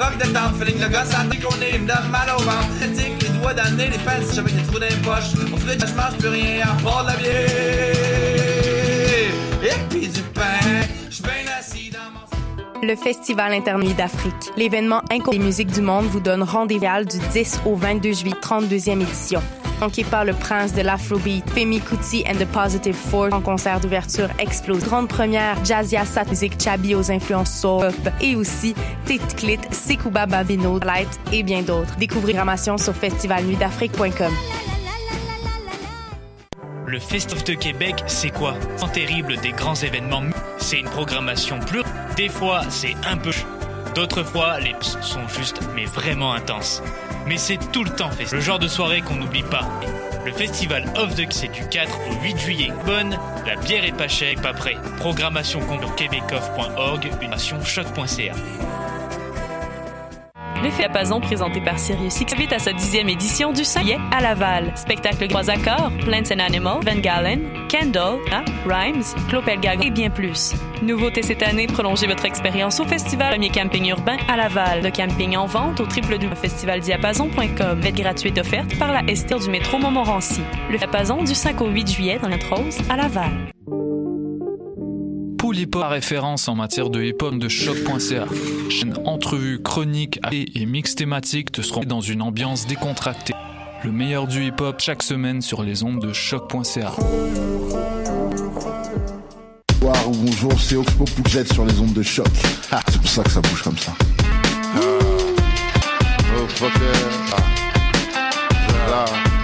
bloc de tente, feeling le gosse en déconné, il me donne mal au ventre. Critique, les doigts dans le nez, les pants, j'avais des trous dans les poches. Au fridge, je mange plus rien à part de la bière. Et puis du pain, j'suis bien assis dans mon... Le Festival Internuit d'Afrique. L'événement incontournable des musiques du monde vous donne rendez-vous du 10 au 22 juillet, 32e édition. Manqué par le prince de l'Afrobeat, Femi Kuti and the Positive Force en concert d'ouverture explose. Grande première, Jazia Sat musique Chabi aux influences soul et aussi Tite Clit, Sekouba Babino, Light et bien d'autres. Découvrez la programmation sur festivalnuitdafrique.com. Le Fest de Québec, c'est quoi? En terrible des grands événements, c'est une programmation plus. Des fois, c'est un peu. D'autres fois, les ps sont juste, mais vraiment intenses. Mais c'est tout le temps fait. Le genre de soirée qu'on n'oublie pas. Le Festival of the c'est du 4 au 8 juillet. Bonne, la bière est pas chère, pas prêt. Programmation sur québecoff.org, une action choc.ca. Le Diapason, présenté par Sirius X, invite à sa 10e édition du 5 juillet à Laval. Spectacle 3 accords, Plants and Animals, Van Galen, Kendall, Rhymes, Clopelgag et bien plus. Nouveauté cette année, prolongez votre expérience au festival Premier Camping Urbain à Laval. Le camping en vente au www.festivaldiapason.com. Fête gratuite offerte par la ST du métro Montmorency. Le Diapason du 5 au 8 juillet dans la Rose à Laval. Pool Hip Hop, la référence en matière de hip-hop de choc.ca. Chaîne entrevue, chronique et mix thématique te seront dans une ambiance décontractée. Le meilleur du hip-hop chaque semaine sur les ondes de choc.ca. Bonjour ou bonjour, c'est Oxpo Poukjet sur les ondes de choc. Ah, c'est pour ça que ça bouge comme ça. Oh, fucker. Voilà.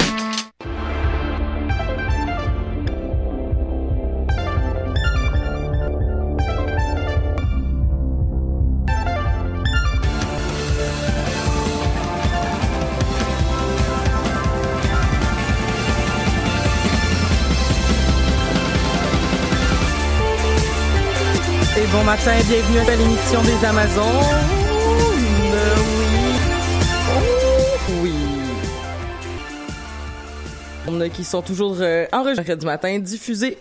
Et bon matin, bienvenue à l'émission des Amazones. Oui. Qui sont toujours enregistrés du matin, diffusés.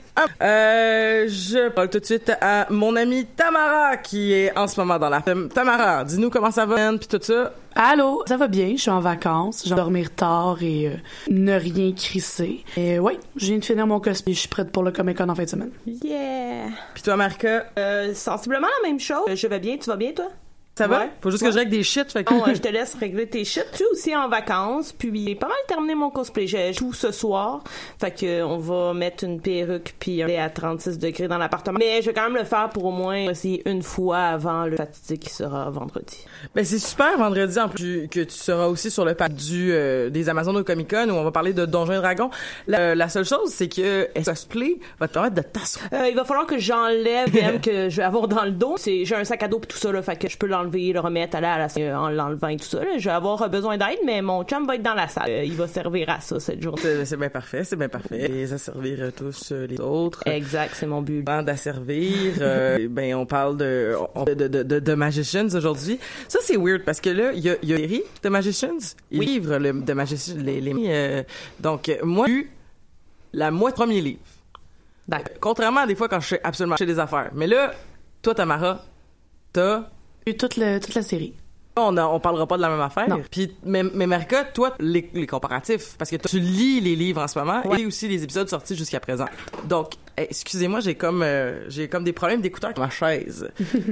Je parle tout de suite à mon amie Tamara qui est en ce moment dans la... Tamara, dis-nous comment ça va, puis tout ça. Allô, ça va bien, je suis en vacances, je vais dormir tard et ne rien crisser. Et ouais, je viens de finir mon cosplay, je suis prête pour le Comic-Con en fin de semaine. Yeah! Puis toi, Marca? Sensiblement la même chose. Je vais bien, tu vas bien, toi? Ça va? Faut juste que je règle des shit. Fait que... Bon, je te laisse régler tes shit. Je suis aussi en vacances, puis j'ai pas mal terminé mon cosplay. Je joue ce soir. Fait que on va mettre une perruque puis aller à 36 degrés dans l'appartement. Mais je vais quand même le faire pour au moins essayer une fois avant le fatidique qui sera vendredi. Ben c'est super vendredi en plus que tu seras aussi sur le pack des Amazones au Comic-Con où on va parler de Donjons et Dragons. La seule chose, c'est que cosplay va te permettre de t'asseoir. Il va falloir que j'enlève que je vais avoir dans le dos. J'ai un sac à dos pis tout ça, là. Fait que je peux l'enlever, le remettre, aller en l'enlevant et tout ça. Là. Je vais avoir besoin d'aide, mais mon chum va être dans la salle. Il va servir à ça cette journée. C'est bien parfait, c'est bien parfait. Et à servir tous les autres. Exact, c'est mon but. D'asservir, ben on parle de Magicians aujourd'hui. Ça c'est weird parce que là il y a une série de Magicians. Ils livrent de Magicians donc moi j'ai lu la moitié du premier livre. D'accord. Contrairement à des fois quand je fais absolument chez des affaires. Mais là, toi Tamara, t'as eu toute la série. On parlera pas de la même affaire. Non. Puis, mais Marika, toi, les comparatifs, parce que tu lis les livres en ce moment et aussi les épisodes sortis jusqu'à présent. Donc, excusez-moi, j'ai comme des problèmes d'écouteurs avec ma chaise.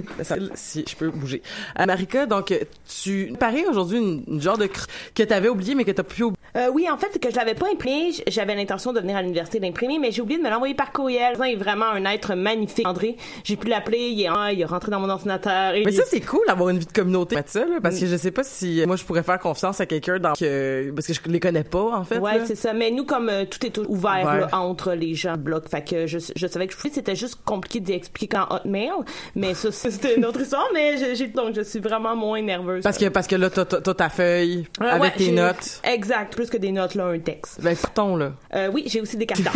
Si je peux bouger. Marika, donc, tu parais aujourd'hui une genre de que t'avais oublié mais que t'as pu oublier. Oui, en fait, c'est que je l'avais pas imprimé. J'avais l'intention de venir à l'université d'imprimer, mais j'ai oublié de me l'envoyer par courriel. Il est vraiment un être magnifique. André, j'ai pu l'appeler, il est rentré dans mon ordinateur. Mais ça, c'est cool d'avoir une vie de communauté. Ça, là, parce que je sais pas si moi je pourrais faire confiance à quelqu'un parce que je les connais pas, en fait. Ouais, là. c'est ça. Mais nous, comme tout est ouvert là, entre les gens bloc, fait que je savais que c'était juste compliqué d'y expliquer en Hotmail, mais ça, c'était une autre histoire, mais donc je suis vraiment moins nerveuse. Parce que là, t'as ta feuille avec tes notes. Exact. Plus que des notes, là, un texte. Ben, carton, là. Oui, j'ai aussi des cartons.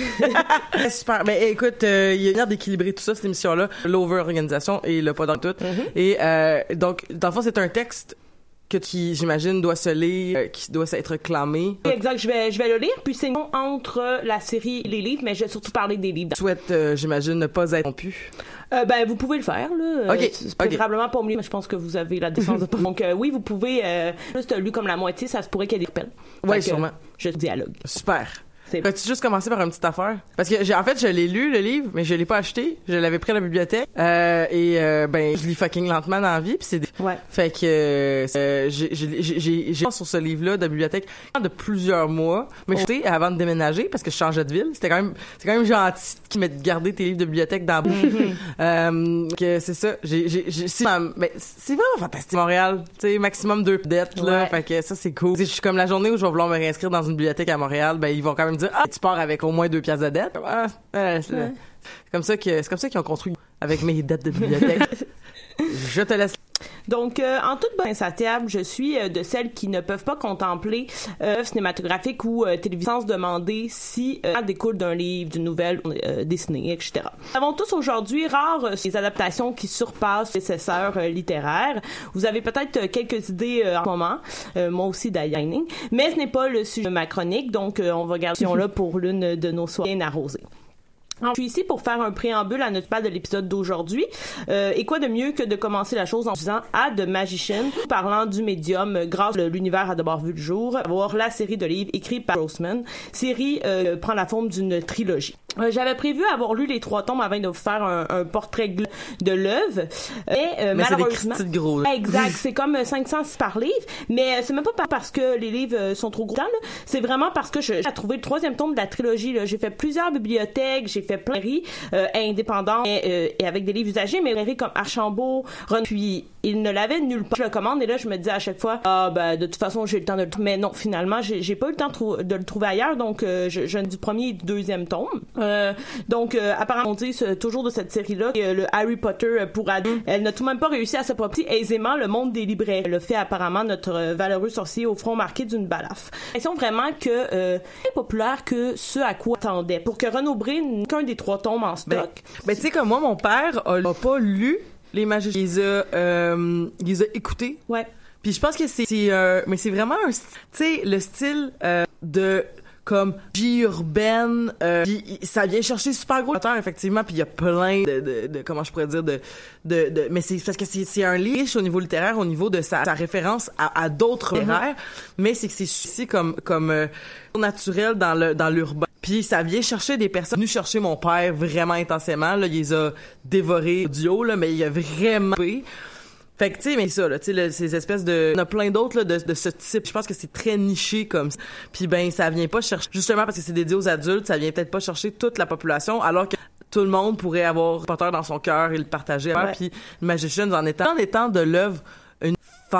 Super. Ben, écoute, il y a une manière d'équilibrer tout ça, cette émission-là. L'over-organisation et le pas dans tout. Et, donc, dans le fond, c'est un texte qui, j'imagine, doit se lire, qui doit être clamé. Exact. Je vais le lire, puis c'est entre la série et les livres, mais je vais surtout parler des livres. Tu souhaites, j'imagine, ne pas être rompu. Vous pouvez le faire, là. OK. C'est préférablement pas oublié, mais je pense que vous avez la décence de pas. Donc, oui, vous pouvez, juste lu comme la moitié, ça se pourrait qu'il y ait des rappels. Oui, sûrement. Je dialogue. Super. Peux-tu juste commencer par une petite affaire? Parce que je l'ai lu, le livre, mais je l'ai pas acheté. Je l'avais pris à la bibliothèque. Je lis fucking lentement dans la vie, puis c'est fait que j'ai sur ce livre-là de bibliothèque de plusieurs mois, mais j'étais avant de déménager parce que je changeais de ville. C'est quand même gentil qui m'a gardé tes livres de bibliothèque dans la bouche. Que c'est ça. C'est vraiment fantastique. Montréal, tu sais, maximum 2 dettes là. Fait que ça c'est cool. Je suis comme la journée où je vais vouloir me réinscrire dans une bibliothèque à Montréal, ils vont quand même dire tu pars avec au moins 2 piastres de dette. C'est comme ça qu'ils ont construit avec mes dettes de bibliothèque. Je te laisse. Donc, en toute bonne insatiable, je suis de celles qui ne peuvent pas contempler œuvre cinématographique ou télévision sans se demander si ça découle d'un livre, d'une nouvelle dessinée, etc. Nous avons tous aujourd'hui rares ces adaptations qui surpassent les nécessaires littéraires. Vous avez peut-être quelques idées en ce moment, moi aussi d'ailleurs, mais ce n'est pas le sujet de ma chronique, donc on va garder là pour l'une de nos soirées bien arrosées. Je suis ici pour faire un préambule à notre pas de l'épisode d'aujourd'hui. Et quoi de mieux que de commencer la chose en disant à The Magician, parlant du médium grâce à l'univers à d'abord vu le jour, voir la série de livres écrits par Grossman. Série prend la forme d'une trilogie. J'avais prévu avoir lu les 3 tomes avant de vous faire un portrait de l'œuvre, mais malheureusement, c'est des gros. Exact, c'est comme 500 par livre, mais c'est même pas parce que les livres sont trop gros, là. C'est vraiment parce que j'ai trouvé le 3e tome de la trilogie. Là. J'ai fait plusieurs bibliothèques, j'ai fait plein de librairies indépendantes et avec des livres usagés, mais librairies comme Archambault, puis il ne l'avait nulle part. Je le commande et là je me dis à chaque fois de toute façon j'ai le temps de le trouver, mais non, finalement j'ai pas eu le temps de le trouver ailleurs, donc je du premier et du 2e tome. Donc apparemment on dit toujours de cette série-là le Harry Potter pour ados. Elle n'a tout de même pas réussi à s'approprier aisément le monde des libraires. Elle a fait apparemment notre valeureux sorcier au front marqué d'une balafre. L'impression vraiment que c'est populaire que ce à quoi attendait. Pour que Renaud Bré n'ait qu'un des 3 tomes en stock. Ben tu sais comme moi mon père a pas lu les Magiciens. Il les a écoutés. Ouais. Puis je pense que mais c'est vraiment tu sais le style de comme J urbaine, ça vient chercher super gros auteur effectivement, puis il y a plein de comment je pourrais dire mais c'est parce que c'est un livre riche au niveau littéraire, au niveau de sa référence à d'autres littéraires, mais c'est que c'est aussi comme naturel dans l'urbain. Puis ça vient chercher des personnes venues chercher mon père vraiment intensément là, il les a dévorés audio là, mais il a vraiment fait que tu sais mais ça là, tu sais ces espèces de il y en a plein d'autres là de ce type. Je pense que c'est très niché comme ça. Puis ça vient pas chercher justement parce que c'est dédié aux adultes, ça vient peut-être pas chercher toute la population alors que tout le monde pourrait avoir Potter dans son cœur et le partager. Ouais. Puis Magicians en étant de l'œuvre une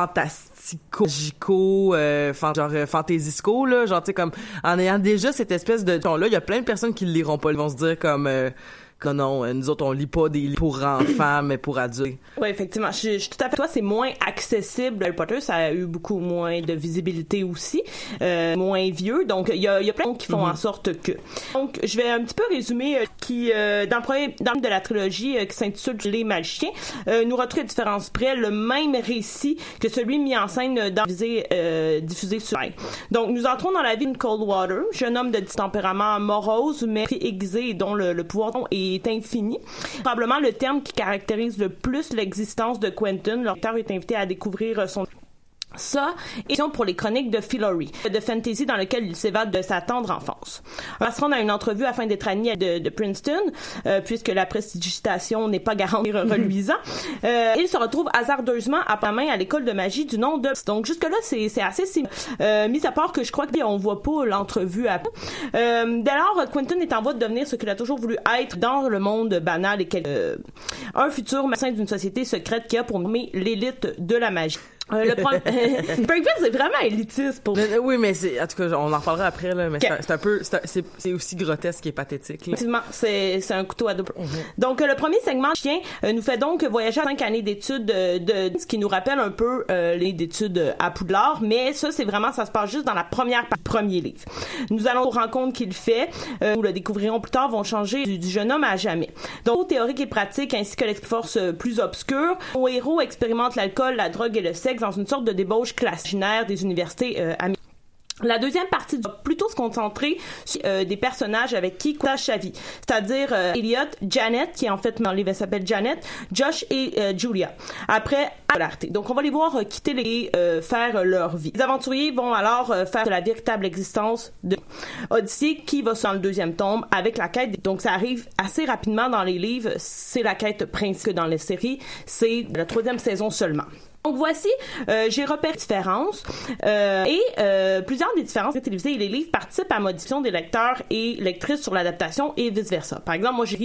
fantastico fantaisisco là, genre tu sais comme en ayant déjà cette espèce de ton là, il y a plein de personnes qui le liront pas, ils vont se dire comme non, nous autres, on lit pas des livres pour enfants, mais pour adultes. Oui, effectivement. Je suis tout à fait toi, c'est moins accessible. Harry Potter, ça a eu beaucoup moins de visibilité aussi, moins vieux. Donc, il y a plein de gens qui font en sorte que. Donc, je vais un petit peu résumer dans le premier de la trilogie qui s'intitule Les Magiciens, nous retrouve à différence près le même récit que celui mis en scène dans diffusé sur Line. Donc, nous entrons dans la vie de Coldwater, jeune homme de tempérament morose, mais aiguisé et dont le pouvoir est infini. Probablement le terme qui caractérise le plus l'existence de Quentin. Le lecteur est invité à découvrir son ça, et pour les chroniques de Fillory, de fantasy dans lequel il s'évade de sa tendre enfance. On va se rendre à une entrevue afin d'être admis de Princeton, puisque la prestidigitation n'est pas garantie reluisant. Il se retrouve hasardeusement à l'école de magie du nom de... Donc jusque-là, c'est assez similaire. Mis à part que je crois qu'on voit pas l'entrevue à peu. Dès lors, Quentin est en voie de devenir ce qu'il a toujours voulu être dans le monde banal et un futur médecin d'une société secrète qui a pour nommer l'élite de la magie. Springfield, c'est vraiment élitiste pour... Oui, mais en tout cas, on en reparlera après, là, mais c'est aussi grotesque et pathétique, là. Effectivement, c'est un couteau à double. Donc, le premier segment chien nous fait donc voyager à 5 années d'études ce qui nous rappelle un peu les d'études à Poudlard, mais ça se passe juste dans la première partie du premier livre. Nous allons aux rencontres qu'il fait, nous le découvrirons plus tard, vont changer du jeune homme à jamais. Donc, théorique et pratique, ainsi que l'ex-force plus obscure, nos héros expérimentent l'alcool, la drogue et le sexe dans une sorte de débauche classique des universités américaines. La deuxième partie va plutôt se concentrer sur des personnages avec qui partage sa vie, c'est-à-dire Elliot, Janet, qui en fait dans le livre s'appelle Janet, Josh et Julia. Après, donc on va les voir quitter les faire leur vie. Les aventuriers vont alors faire de la véritable existence de Odyssey, qui va dans le deuxième tome avec la quête. Donc ça arrive assez rapidement dans les livres. C'est la quête principale dans les séries. C'est la 3e saison seulement. Donc voici, j'ai repéré les différences et plusieurs des différences télévisées et les livres participent à la modification des lecteurs et lectrices sur l'adaptation et vice-versa. Par exemple, moi j'ai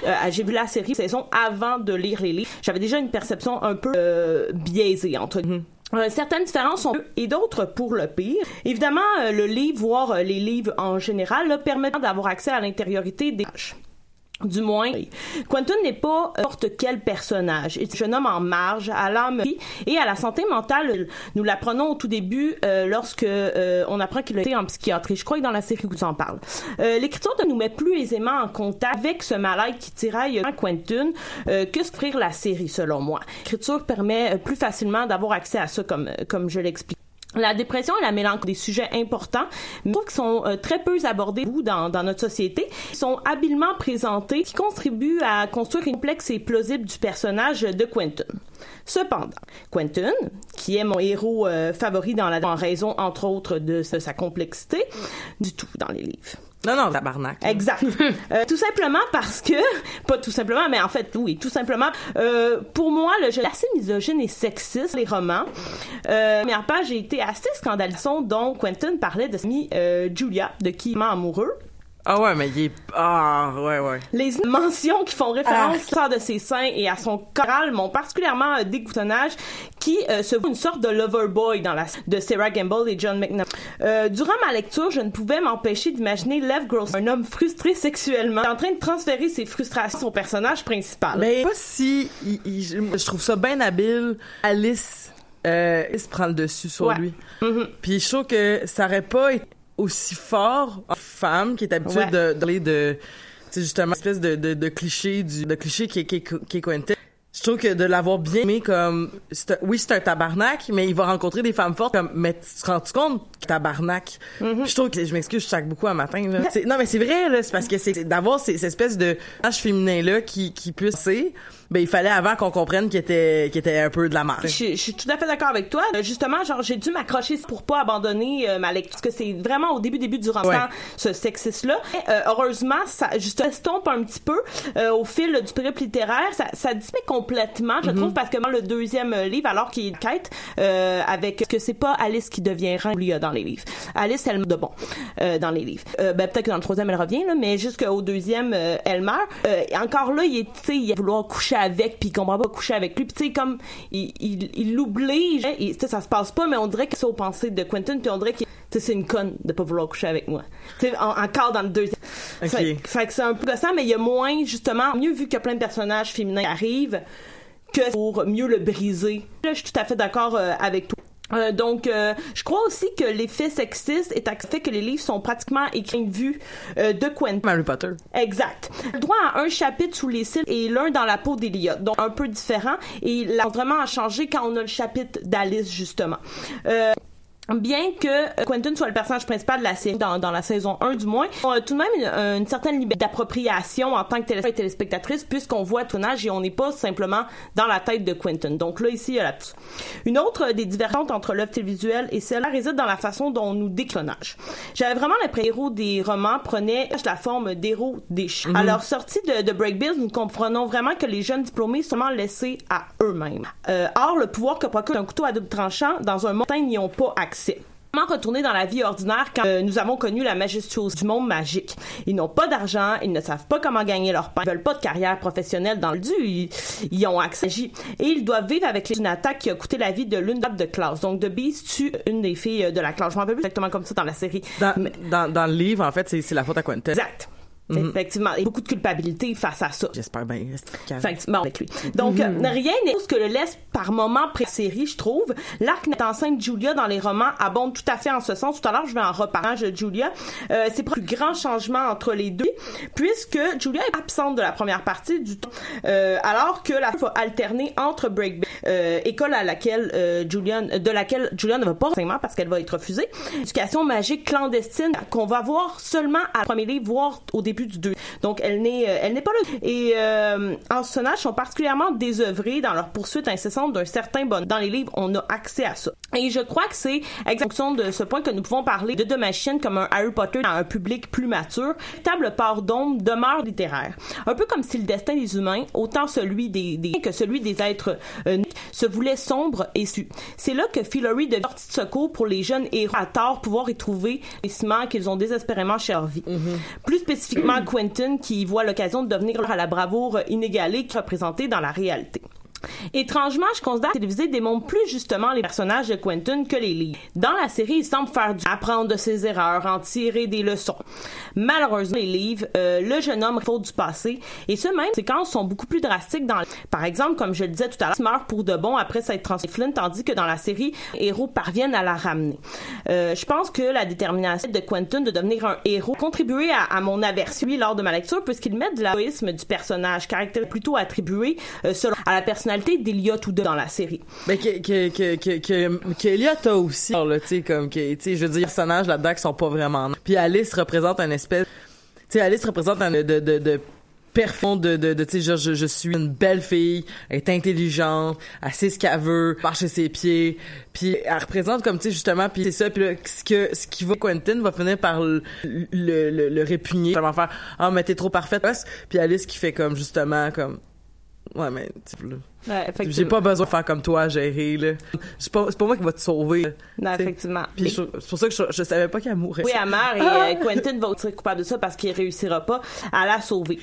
vu la série saison avant de lire les livres. J'avais déjà une perception un peu biaisée entre certaines différences sont et d'autres pour le pire. Évidemment, le livre, voire les livres en général, là, permettent d'avoir accès à l'intériorité des pages. Du moins, Quentin n'est pas n'importe quel personnage. Il est un jeune homme en marge, à l'âme et à la santé mentale. Nous l'apprenons au tout début lorsque on apprend qu'il a été en psychiatrie. Je crois que dans la série où tu en parles. L'écriture nous met plus aisément en contact avec ce mal-être qui tiraille Quentin que s'offrir la série, selon moi. L'écriture permet plus facilement d'avoir accès à ça, comme je l'explique. La dépression et la mélancolie, des sujets importants, mais qui sont très peu abordés dans notre société, sont habilement présentés, qui contribuent à construire une complexe et plausible du personnage de Quentin. Cependant, Quentin, qui est mon héros favori en raison, entre autres, de sa complexité, du tout dans les livres. Non, tabarnak. Exact. Tout simplement parce que, pas tout simplement, mais en fait, oui, tout simplement, pour moi, le jeu est assez misogyne et sexiste, les romans. Première page, j'ai été assez scandalisée, dont Quentin parlait de sa amie Julia, de qui il est amoureux. Ah ouais, mais il est... Ah, ouais. Les mentions qui font référence à de ses seins et à son choral m'ont particulièrement dégoûtonnage, qui se voit une sorte de lover boy de Sarah Gamble et John McNamara. Durant ma lecture, je ne pouvais m'empêcher d'imaginer Lev Grossman, un homme frustré sexuellement, en train de transférer ses frustrations à son personnage principal. Mais pas si... je trouve ça bien habile. Alice prend le dessus sur lui. Mm-hmm. Puis je trouve que ça aurait pas été aussi fort en femme qui est habituée de parler de justement espèce de cliché qui est Quentin. Je trouve que de l'avoir bien aimé comme c'est un tabarnak, mais il va rencontrer des femmes fortes comme mais tu te rends compte tabarnak. Mm-hmm. Je trouve que je m'excuse, je sac beaucoup un matin là. Non mais c'est vrai là, c'est parce que c'est d'avoir cette espèce de personnage féminin là qui puisse passer. Ben il fallait avant qu'on comprenne qu'il était un peu de la marge. Je suis tout à fait d'accord avec toi. Justement, genre j'ai dû m'accrocher pour pas abandonner ma lecture parce que c'est vraiment au début du roman ce sexisme là. Heureusement, ça juste estompe un petit peu au fil du périple littéraire, ça disparaît complètement, je trouve, parce que dans le deuxième livre, alors qu'il y a une quête avec que c'est pas Alice qui deviendra Julia dans les livres. Alice elle meurt de bon dans les livres. Peut-être que dans le troisième elle revient là, mais jusqu'au deuxième elle meurt. Encore là, il va vouloir coucher avec, puis il comprend pas coucher avec lui, puis tu sais comme il l'oublie, et ça se passe pas, mais on dirait que c'est aux pensées de Quentin, puis on dirait que c'est une conne de pas vouloir coucher avec moi. Tu sais encore dans le deuxième. Okay. Fait que c'est un peu gossant, mais il y a moins justement mieux vu qu'il y a plein de personnages féminins qui arrivent que pour mieux le briser. Là, je suis tout à fait d'accord avec toi. Donc, je crois aussi que l'effet sexiste est fait que les livres sont pratiquement écrits de vue de Quentin. Harry Potter. Exact. Le droit à un chapitre sous les cils et l'un dans la peau d'Elliot, donc un peu différent, et il a vraiment changé quand on a le chapitre d'Alice justement. Bien que Quentin soit le personnage principal de la série dans la saison 1 du moins, on a tout de même une certaine liberté d'appropriation en tant que téléspectatrice puisqu'on voit le tournage et on n'est pas simplement dans la tête de Quentin. Donc là, ici, il y a la petite. Une autre des divergences entre l'œuvre télévisuelle et celle-là réside dans la façon dont on nous décrit le tournage. J'avais vraiment l'impression que les héros des romans prenaient la forme d'héros des chiens. À leur sortie de Breakbills, nous comprenons vraiment que les jeunes diplômés sont seulement laissés à eux-mêmes. Or, le pouvoir que procure un couteau à double tranchant dans un montagne n'y ont pas accès. Comment retourner dans la vie ordinaire quand nous avons connu la majestuosité du monde magique? Ils n'ont pas d'argent, ils ne savent pas comment gagner leur pain, ils veulent pas de carrière professionnelle dans le dû, ils ont accès et ils doivent vivre avec une attaque qui a coûté la vie de l'une de classe. Donc, The Beast tue une des filles de la classe. Je m'en rappelle plus exactement comme ça dans la série. Dans le livre, en fait, c'est la faute à Quentin. Exact. Effectivement, il y a beaucoup de culpabilité face à ça. J'espère bien. Effectivement, avec lui. Donc, rien n'est ce que le laisse par moment pré-série, je trouve. L'arc mettant en scène Julia dans les romans abonde tout à fait en ce sens. Tout à l'heure, je vais en reparler de Julia. C'est pas le plus grand changement entre les deux, puisque Julia est absente de la première partie du temps, alors que la va alterner entre Break école à laquelle de laquelle Julia ne va pas enseignement parce qu'elle va être refusée. Éducation magique clandestine qu'on va voir seulement à premier livre, voire au début du 2. Donc, elle n'est pas là. Et en ce personnage sont particulièrement désœuvrés dans leur poursuite incessante d'un certain bonheur. Dans les livres, on a accès à ça. Et je crois que c'est exactement de ce point que nous pouvons parler de The Machine comme un Harry Potter dans un public plus mature. Véritable part d'ombre demeure littéraire. Un peu comme si le destin des humains, autant celui que celui des êtres se voulait sombre et su. C'est là que Fillory devient sortie de secours pour les jeunes héros à tort pouvoir y trouver l'établissement qu'ils ont désespérément chez leur vie. Plus spécifiquement Quentin qui voit l'occasion de devenir à la bravoure inégalée représentée dans la réalité. Étrangement, je considère que la télévisée démontre plus justement les personnages de Quentin que les livres. Dans la série, il semble faire apprendre de ses erreurs, en tirer des leçons. Malheureusement, les livres, le jeune homme faute du passé, et ce même, ces séquences sont beaucoup plus drastiques par exemple, comme je le disais tout à l'heure, il meurt pour de bon après s'être transféré Flynn, tandis que dans la série, les héros parviennent à la ramener. Je pense que la détermination de Quentin de devenir un héros a contribué à mon aversion lors de ma lecture, puisqu'il met de l'héroïsme du personnage, caractère plutôt attribué selon à la personnalité d'Eliot ou dans la série. Ben qu'Eliot a aussi, là, tu sais, comme tu sais, je veux dire, les personnages là-dedans qui sont pas vraiment. Puis Alice représente un espèce, tu sais, Alice représente un de perfond de tu sais, je suis une belle fille, elle est intelligente, elle sait ce qu'elle veut, marche sur ses pieds, puis elle représente comme tu sais justement, puis c'est ça, puis là, ce qui va Quentin va finir par le répugner, vraiment faire mais t'es trop parfaite, puis Alice qui fait comme justement comme ouais mais j'ai pas besoin de faire comme toi, gérer, là. C'est pas moi qui va te sauver. Non, effectivement. Puis c'est pour ça que je savais pas qu'elle mourrait. Oui, elle meurt et Quentin va être coupable de ça parce qu'il réussira pas à la sauver.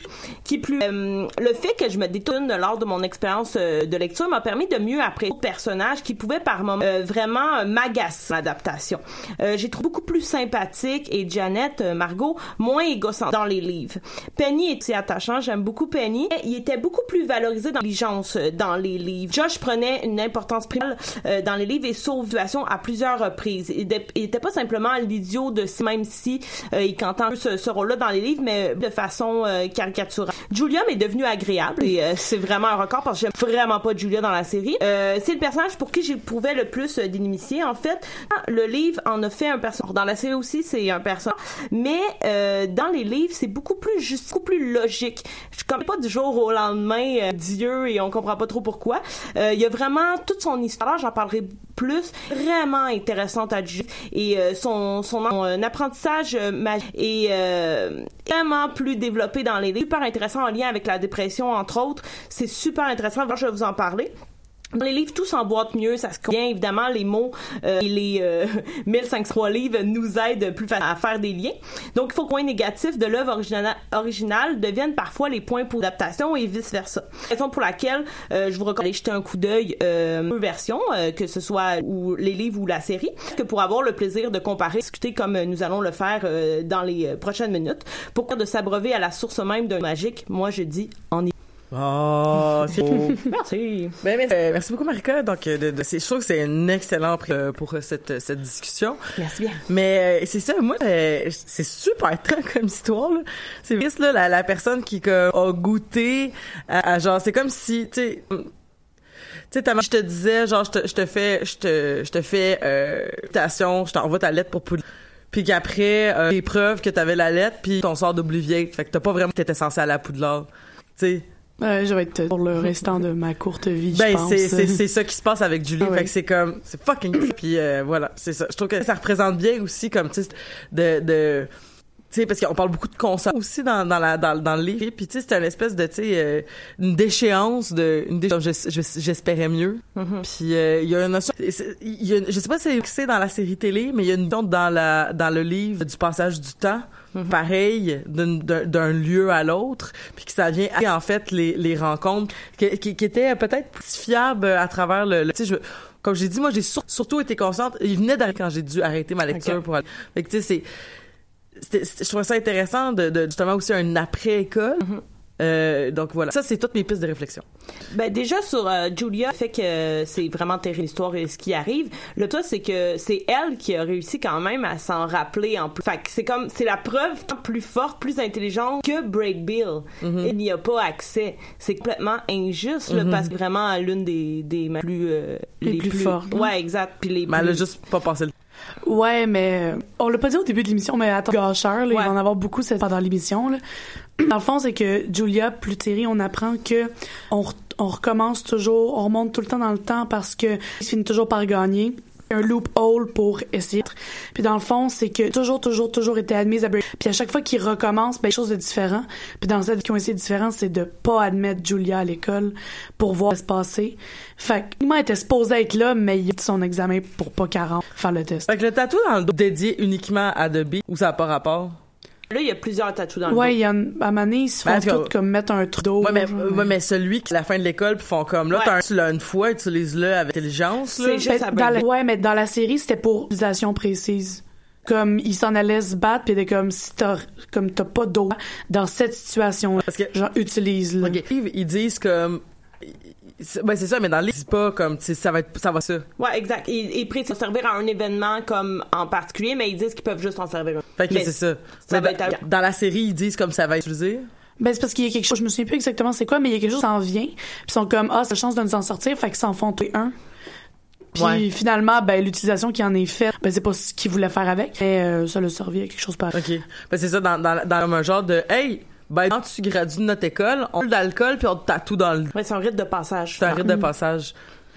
Le fait que je me détourne lors de mon expérience de lecture m'a permis de mieux apprécier le personnage qui pouvait par moments vraiment m'agacer l'adaptation. J'ai trouvé beaucoup plus sympathique et Janet, Margot, moins égocentrique dans les livres. Penny est aussi attachant, j'aime beaucoup Penny. Il était beaucoup plus valorisé dans l'intelligence dans les livres. Josh prenait une importance primale dans les livres et sauve situation à plusieurs reprises. Il était pas simplement l'idiot de même si il entend ce rôle-là dans les livres, mais de façon caricaturale. Julia m'est devenue agréable et c'est vraiment un record parce que j'aime vraiment pas Julia dans la série. C'est le personnage pour qui j'éprouvais le plus d'inimitié. En fait, le livre en a fait un personnage. Dans la série aussi, c'est un personnage. Mais dans les livres, c'est beaucoup plus juste, beaucoup plus logique. Je comprends pas du jour au lendemain Dieu et on comprend pas trop pourquoi. Il y a vraiment toute son histoire, j'en parlerai plus, vraiment intéressante à juger et son apprentissage magique est vraiment plus développé dans les livres, super intéressant en lien avec la dépression entre autres, c'est super intéressant, alors je vais vous en parler. Dans les livres, tout s'emboîte mieux, ça se convient. Évidemment, les mots et les 1503 livres nous aident plus à faire des liens. Donc, il faut que les points négatifs de l'œuvre originale deviennent parfois les points pour l'adaptation et vice-versa. Raison pour laquelle je vous recommande d'aller jeter un coup d'œil aux versions, que ce soit ou les livres ou la série, que pour avoir le plaisir de comparer, discuter comme nous allons le faire dans les prochaines minutes. Pour de s'abreuver à la source même d'un magique, moi je dis en Oh, c'est beau. Merci. Merci beaucoup, Marika. Donc, je trouve que c'est un excellent pour cette discussion. Merci bien. Mais c'est ça, moi, c'est super temps comme histoire, là. C'est juste, là, la personne qui a goûté à genre, c'est comme si, tu sais, je te disais, genre, je te fais je t'envoie ta lettre pour Poudlard. Puis qu'après, les preuves que t'avais la lettre, puis ton sort d'Obliviate. Fait que t'as pas vraiment t'étais censé aller à Poudlard. Tu sais. Je vais être pour le restant de ma courte vie, je pense. C'est ça qui se passe avec Julie. Fait que c'est comme, c'est fucking puis voilà, c'est ça. Je trouve que ça représente bien aussi comme, tu sais, tu sais, parce qu'on parle beaucoup de conscience aussi dans le livre. Puis tu sais, c'est une espèce de, tu sais, une déchéance j'espérais mieux. Puis il y a une notion, je sais pas si c'est dans la série télé, mais il y a une notion dans le livre du passage du temps. Pareil d'un lieu à l'autre, puis que ça vient en fait les rencontres qui étaient peut-être plus fiables à travers le tu sais, comme j'ai dit, moi j'ai surtout été consciente, il venait d'arriver quand j'ai dû arrêter ma lecture pour aller. Fait que tu sais, je trouvais ça intéressant de justement aussi un après-école. Donc voilà, ça c'est toutes mes pistes de réflexion. Ben déjà sur Julia, fait que c'est vraiment terrible l'histoire et ce qui arrive. Le truc c'est que c'est elle qui a réussi quand même à s'en rappeler en plus. Fait que c'est la preuve plus forte, plus intelligente que Break Bill. Il n'y a pas accès. C'est complètement injuste là, parce que vraiment l'une des plus les plus fortes. Ouais, exact. Puis elle a juste pas passé le. Ouais, mais on l'a pas dit au début de l'émission, mais attends, gâcheur, là, il va en avoir beaucoup pendant l'émission. Là. Dans le fond, c'est que Julia, plus Terry, on apprend que on recommence toujours, on remonte tout le temps dans le temps parce que il finit toujours par gagner. Un loophole pour essayer. Puis dans le fond, c'est que toujours été admise à Break. Puis à chaque fois qu'ils recommencent, quelque chose de différent. Puis dans celles qui ont essayé différent, c'est de pas admettre Julia à l'école pour voir ce qui se passer. Fait que il était supposé être là, mais il a son examen pour pas 40 faire le test. Fait que le tatou dans le dos dédié uniquement à Dobby ou ça n'a pas rapport? Là, il y a plusieurs tatous dans le dos. Ouais, il y a à un moment donné, ils se font tous comme mettre un trou d'eau. Ouais, mais celui qui, à la fin de l'école, font comme, là, tu l'as une fois, utilise-le avec intelligence, là. C'est juste ouais, mais dans la série, c'était pour utilisation précise. Comme, ils s'en allaient se battre, pis c'était comme, si t'as pas d'eau dans cette situation-là. Parce que, genre, utilise-le. OK. Ils disent comme, ben c'est ça, mais dans les, c'est pas comme, ça va ça. Ouais, exact. Ils prient de servir à un événement comme en particulier, mais ils disent qu'ils peuvent juste en servir un. Fait que c'est ça. Dans la série, ils disent comme ça va être utilisé. Ben c'est parce qu'il y a quelque chose, je me souviens plus exactement c'est quoi, mais il y a quelque chose qui s'en vient, puis ils sont comme c'est la chance de nous en sortir, fait qu'ils s'en font tous un. Puis finalement, ben l'utilisation qui en est faite, ben c'est pas ce qu'ils voulaient faire avec, mais ça le servi à quelque chose pareil. OK. Ben c'est ça dans un genre de hey, ben quand tu gradues de notre école, on a de l'alcool puis on te tatoue dans le. Ouais, c'est un rite de passage. C'est un rite de passage.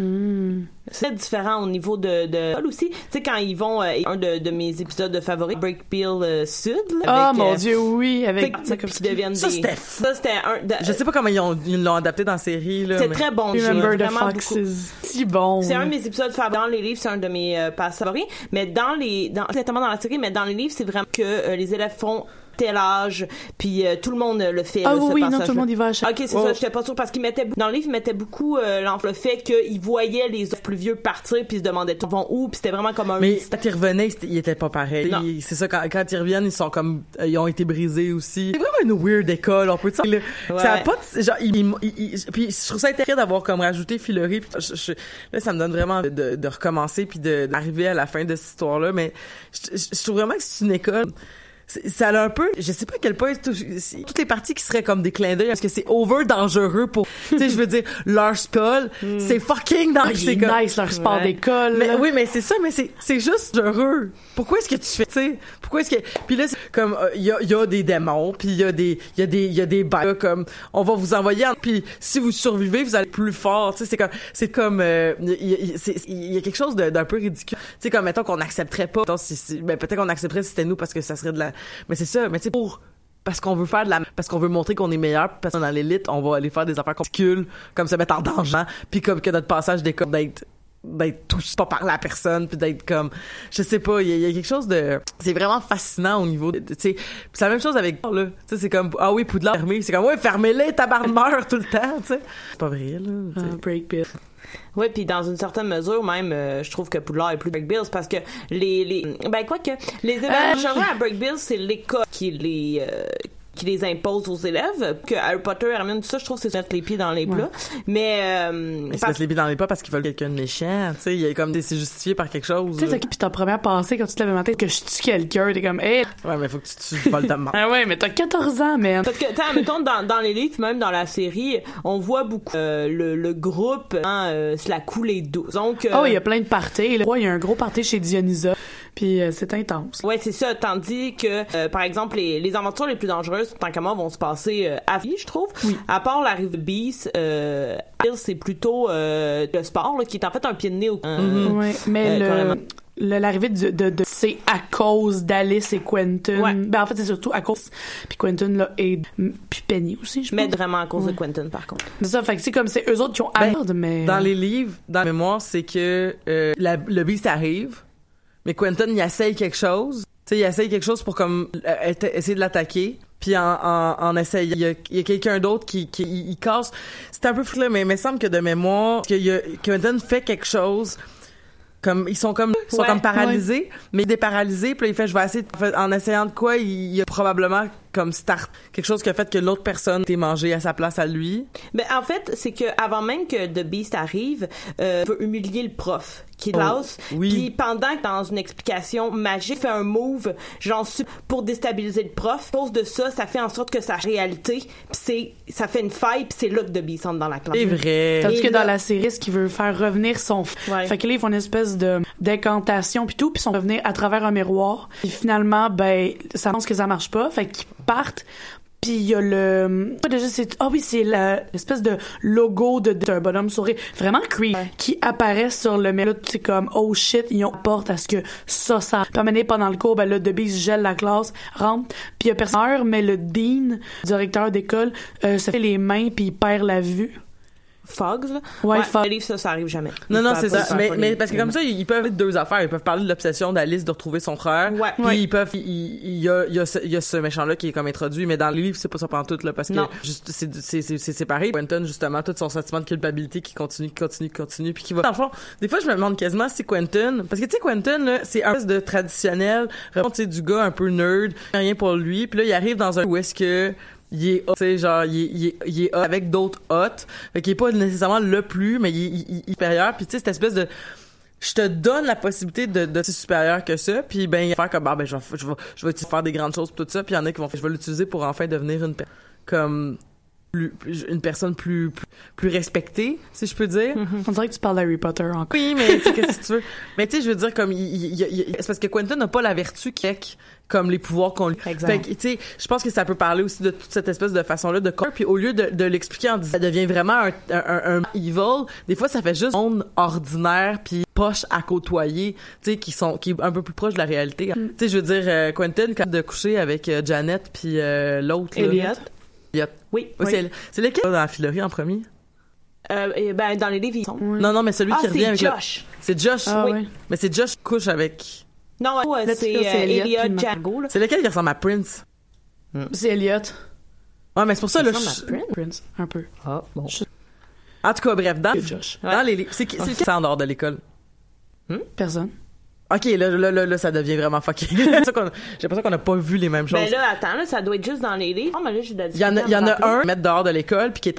C'est différent au niveau de aussi. Tu sais, quand ils vont, un de mes épisodes favoris, Break Bill Sud. Là, mon Dieu, oui, avec qui deviennent ça, des. Ça, c'était je sais pas comment ils l'ont adapté dans la série, là. C'est très bon. Remember the Foxes. Si bon. C'est un de mes épisodes favoris. Dans les livres, c'est un de mes passages favoris. Mais exactement dans la série, mais dans les livres, c'est vraiment que les élèves font tel âge, puis tout le monde le fait. Ah oui, non, tout le monde y va à chaque. OK, c'est ça, j'étais pas sûre, parce qu'il mettait, dans le livre, il mettait beaucoup le fait qu'ils voyaient les plus vieux partir, puis ils se demandaient ils vont où, puis c'était vraiment comme un... Mais quand ils revenaient, ils étaient pas pareils. C'est ça, quand ils reviennent, ils sont comme... Ils ont été brisés aussi. C'est vraiment une weird école, on peut dire. Ouais. Ça a pas... Genre, puis je trouve ça intéressant d'avoir comme rajouté Fillory, puis là, ça me donne vraiment de recommencer, puis d'arriver à la fin de cette histoire-là, mais je trouve vraiment que c'est une école... Ça a un peu, je sais pas à quel point toutes les parties qui seraient comme des clins d'œil parce que c'est over dangereux pour, tu sais, je veux dire, leur sport, c'est fucking dangereux. C'est nice leur sport d'école. Mais oui, mais c'est ça, mais c'est juste heureux. Pourquoi est-ce que tu fais, tu sais, pourquoi est-ce que, puis là, c'est comme, il y a des démons, puis il y a des bêtes, comme, on va vous envoyer, puis si vous survivez, vous allez plus fort, tu sais, c'est comme, il y a quelque chose d'un peu ridicule. Tu sais, comme, mettons qu'on accepterait pas, ben, peut-être qu'on accepterait si c'était nous parce que ça serait de la, mais c'est ça, mais tu sais, parce qu'on veut faire parce qu'on veut montrer qu'on est meilleur, parce qu'on est dans l'élite, on va aller faire des affaires ridicules, comme se mettre en danger, puis comme que notre passage d'école d'être tous pas parler à personne, puis d'être comme, je sais pas, il y a quelque chose de, c'est vraiment fascinant au niveau de, tu sais, c'est la même chose avec là, tu sais, c'est comme, ah oui, Poudlard fermé, c'est comme, ouais, fermez-les, tabarnak meurt tout le temps, tu sais. C'est pas vrai, là. Break Bill. Oui, puis dans une certaine mesure, même, je trouve que Poudlard est plus Break Bill, parce que les événements à Break Bill, c'est l'école qui les impose aux élèves, que Harry Potter, Hermione, tout ça, je trouve que c'est se mettre les pieds dans les plats. Mais ils se mettent les pieds dans les plats parce qu'ils veulent quelqu'un de méchant, tu sais, il y a comme c'est justifié par quelque chose. Tu sais, puis ta première pensée quand tu te lèves le matin que je tue quelqu'un, t'es comme, hey. Ouais, mais faut que tu tues Voldemort. Ah ouais, mais t'as 14 ans, man. Parce que, mettons, dans les livres, même dans la série, on voit beaucoup le groupe, se la couler douce. Donc, il y a plein de parties, là. Ouais, il y a un gros party chez Dionysa. Puis c'est intense. Ouais, c'est ça. Tandis que, par exemple, les aventures les plus dangereuses, tant qu'à moi, vont se passer à vie, je trouve. Oui. À part la rive Beast, c'est plutôt le sport, là, qui est en fait un pied de nez. Ouais, mais l'arrivée de c'est à cause d'Alice et Quentin. Ouais. Ben en fait c'est surtout à cause puis Quentin là et puis Penny aussi je pense. Mais vraiment à cause de Quentin par contre. C'est ça, fait que c'est comme c'est eux autres qui ont mais dans les livres, dans la mémoire, c'est que le Beast arrive. Mais Quentin, il essaye quelque chose. Tu sais, il essaye quelque chose pour comme essayer de l'attaquer. Puis en essayant, il y a quelqu'un d'autre qui il casse. C'est un peu fou là, mais il me semble que de mémoire, Quentin fait quelque chose. ils sont comme paralysés, mais déparalysés. Puis là, il fait, je vais essayer, en essayant de quoi, il y a probablement comme start quelque chose qui a fait que l'autre personne t'ait mangé à sa place à lui. Ben en fait, c'est que avant même que The Beast arrive, il veut humilier le prof qui classe. Oui. Puis pendant que dans une explication magique fait un move genre pour déstabiliser le prof, à cause de ça fait en sorte que sa réalité, puis ça fait une faille, puis c'est là que The Beast entre dans la classe. C'est vrai. Tandis que dans la série, ce qu'il veut faire revenir son fait que là ils font une espèce de d'incantation puis tout, puis ils sont revenus à travers un miroir. Et finalement, ben ça pense que ça marche pas, fait qu'ils partent. Puis il y a c'est l'espèce de logo d'un bonhomme sourire vraiment creepy qui apparaît sur le mais là c'est comme oh shit, ils ont porte à ce que ça permet pendant le cours, ben là The Beast gèle la classe, rentre, puis il y a personne, mais le dean, directeur d'école, se fait les mains puis il perd la vue. Fogg, là. Ouais, Fogg. Les livres, ça arrive jamais. Non, c'est ça. Mais parce que comme ça, ils peuvent être deux affaires. Ils peuvent parler de l'obsession d'Alice de retrouver son frère. Ouais. Puis il y a ce méchant-là qui est comme introduit, mais dans les livres, c'est pas ça pantoute, là, parce que juste, c'est séparé. Quentin, justement, tout son sentiment de culpabilité qui continue, puis qui va. Dans le fond, des fois, je me demande quasiment si Quentin, parce que tu sais, Quentin, là, c'est un peu de traditionnel, tu sais, du gars un peu nerd, rien pour lui. Puis là, il arrive dans un où est-ce que il est tu sais genre il est avec d'autres hot, fait qu'il est pas nécessairement le plus, mais il est supérieur, puis tu sais cette espèce de je te donne la possibilité de supérieur que ça, puis ben il va faire comme je vais faire des grandes choses, tout ça, puis il y en a qui vont faire je vais l'utiliser pour enfin devenir une personne plus respectée, si je peux dire. On dirait que tu parles d'Harry Potter encore. Oui, mais tu sais, qu'est-ce que tu veux? Mais tu sais, je veux dire, comme, c'est parce que Quentin n'a pas la vertu comme les pouvoirs qu'on lui. Exact. Fait que, tu sais, je pense que ça peut parler aussi de toute cette espèce de façon-là de corps. Puis au lieu de l'expliquer en disant, ça devient vraiment un evil, des fois, ça fait juste un monde ordinaire puis poche à côtoyer, tu sais, qui est un peu plus proche de la réalité. Tu sais, je veux dire, Quentin, quand de coucher avec Janet puis l'autre, Elliot. Oui. C'est lequel dans la filerie en premier? Ben dans les livres ils sont. Non, mais celui qui revient avec Josh. C'est Josh. Oui. Mais c'est Josh qui couche avec. Non, c'est Elliot Django. C'est lequel qui ressemble à Prince? C'est Elliot. Ouais, mais c'est pour ça là. Prince, un peu. Ah bon. En tout cas, bref, dans les livres, c'est qui en dehors de l'école? Personne. OK, là, ça devient vraiment fucké. J'ai l'impression qu'on n'a pas vu les mêmes choses. Ben là, attends, là, ça doit être juste dans les livres. Mais là, j'ai de la difficulté. Il y en a un mettre dehors de l'école puis qui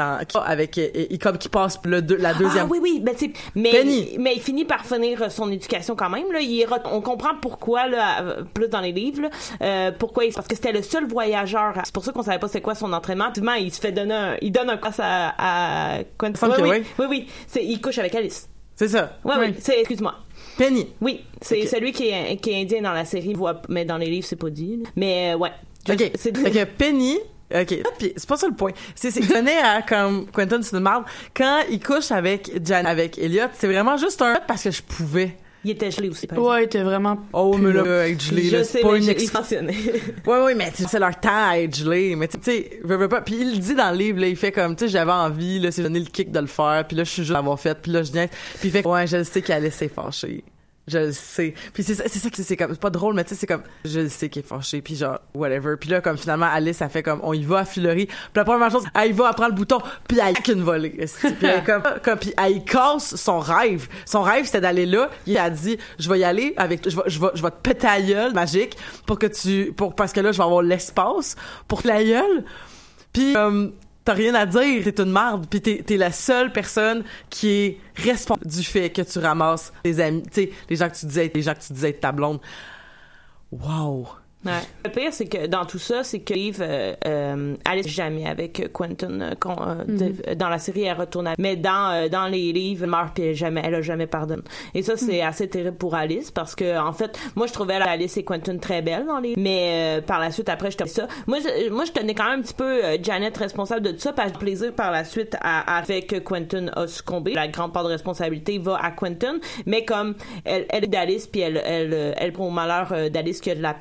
passe la deuxième. Ah oui, ben Penny. Mais il finit par finir son éducation quand même là, on comprend pourquoi là plus dans les livres là, pourquoi parce que c'était le seul voyageur. C'est pour ça qu'on savait pas c'est quoi son entraînement. Effectivement, il se fait il donne un passe à Quentin. Oui, il couche avec Alice. C'est ça. Oui, excuse-moi. Penny. Oui, c'est celui qui est indien dans la série, mais dans les livres c'est pas dit. Mais ouais. OK. Fait que Penny, OK, puis c'est pas ça le point. C'est venait à comme Quentin c'est une marde quand il couche avec Elliot, c'est vraiment juste un parce que je pouvais. Il était gelé aussi. Ouais, il était vraiment. Oh, mais là, être gelé, je là, sais, c'est pas une expansionné. Oui, mais c'est leur temps à être gelé. Mais tu sais, veux pas. Puis il le dit dans le livre, là, il fait comme, tu sais, j'avais envie, là, c'est donné le kick de le faire. Puis là, je suis juste à l'avoir fait. Puis là, je viens. Puis il fait, ouais, je sais qu'elle laissé fâcher. Je le sais. Puis c'est ça que c'est comme, c'est pas drôle, mais tu sais, c'est comme, je le sais qu'il est fâché, puis genre, whatever. Puis là, comme finalement, Alice, ça fait comme, on y va à Fillory. Puis la première chose, elle y va, elle prend le bouton, puis elle a qu'une volée. Puis elle puis elle casse son rêve. Son rêve, c'était d'aller là. Il a dit, je vais y aller avec, je vais te péter la gueule magique parce que là, je vais avoir l'espace pour la gueule. Puis, t'as rien à dire, t'es une marde, pis t'es la seule personne qui est responsable du fait que tu ramasses tes amis, tu sais, les gens que tu disais être ta blonde. Wow. Ouais. Le pire, c'est que dans tout ça, c'est que Eve, Alice jamais avec Quentin dans la série, elle retourne mais dans les livres, elle meurt puis elle a jamais pardonné. Et ça, c'est assez terrible pour Alice parce que en fait, moi je trouvais Alice et Quentin très belles dans les mais par la suite après je tenais ça. Moi je tenais quand même un petit peu Janet responsable de tout ça parce que plaisir par la suite avec Quentin a succombé. La grande part de responsabilité va à Quentin, mais comme elle est d'Alice puis elle prend au malheur d'Alice qui a de la peine.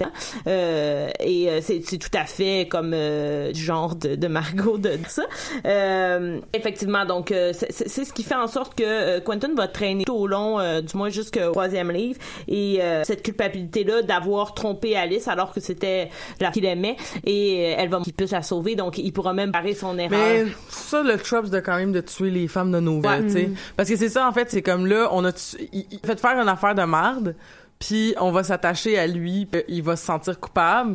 et c'est tout à fait comme du genre de Margot de ça. Effectivement, donc c'est ce qui fait en sorte que Quentin va traîner tout au long, du moins jusqu'au 3e livre, et cette culpabilité-là d'avoir trompé Alice alors que c'était la qu'il aimait, et elle va qu'il puisse la sauver, donc il pourra même barrer son erreur. Mais ça, le trope de quand même de tuer les femmes de nos vies, tu sais. Parce que c'est ça, en fait, c'est comme là, il fait faire une affaire de marde, puis on va s'attacher à lui, il va se sentir coupable,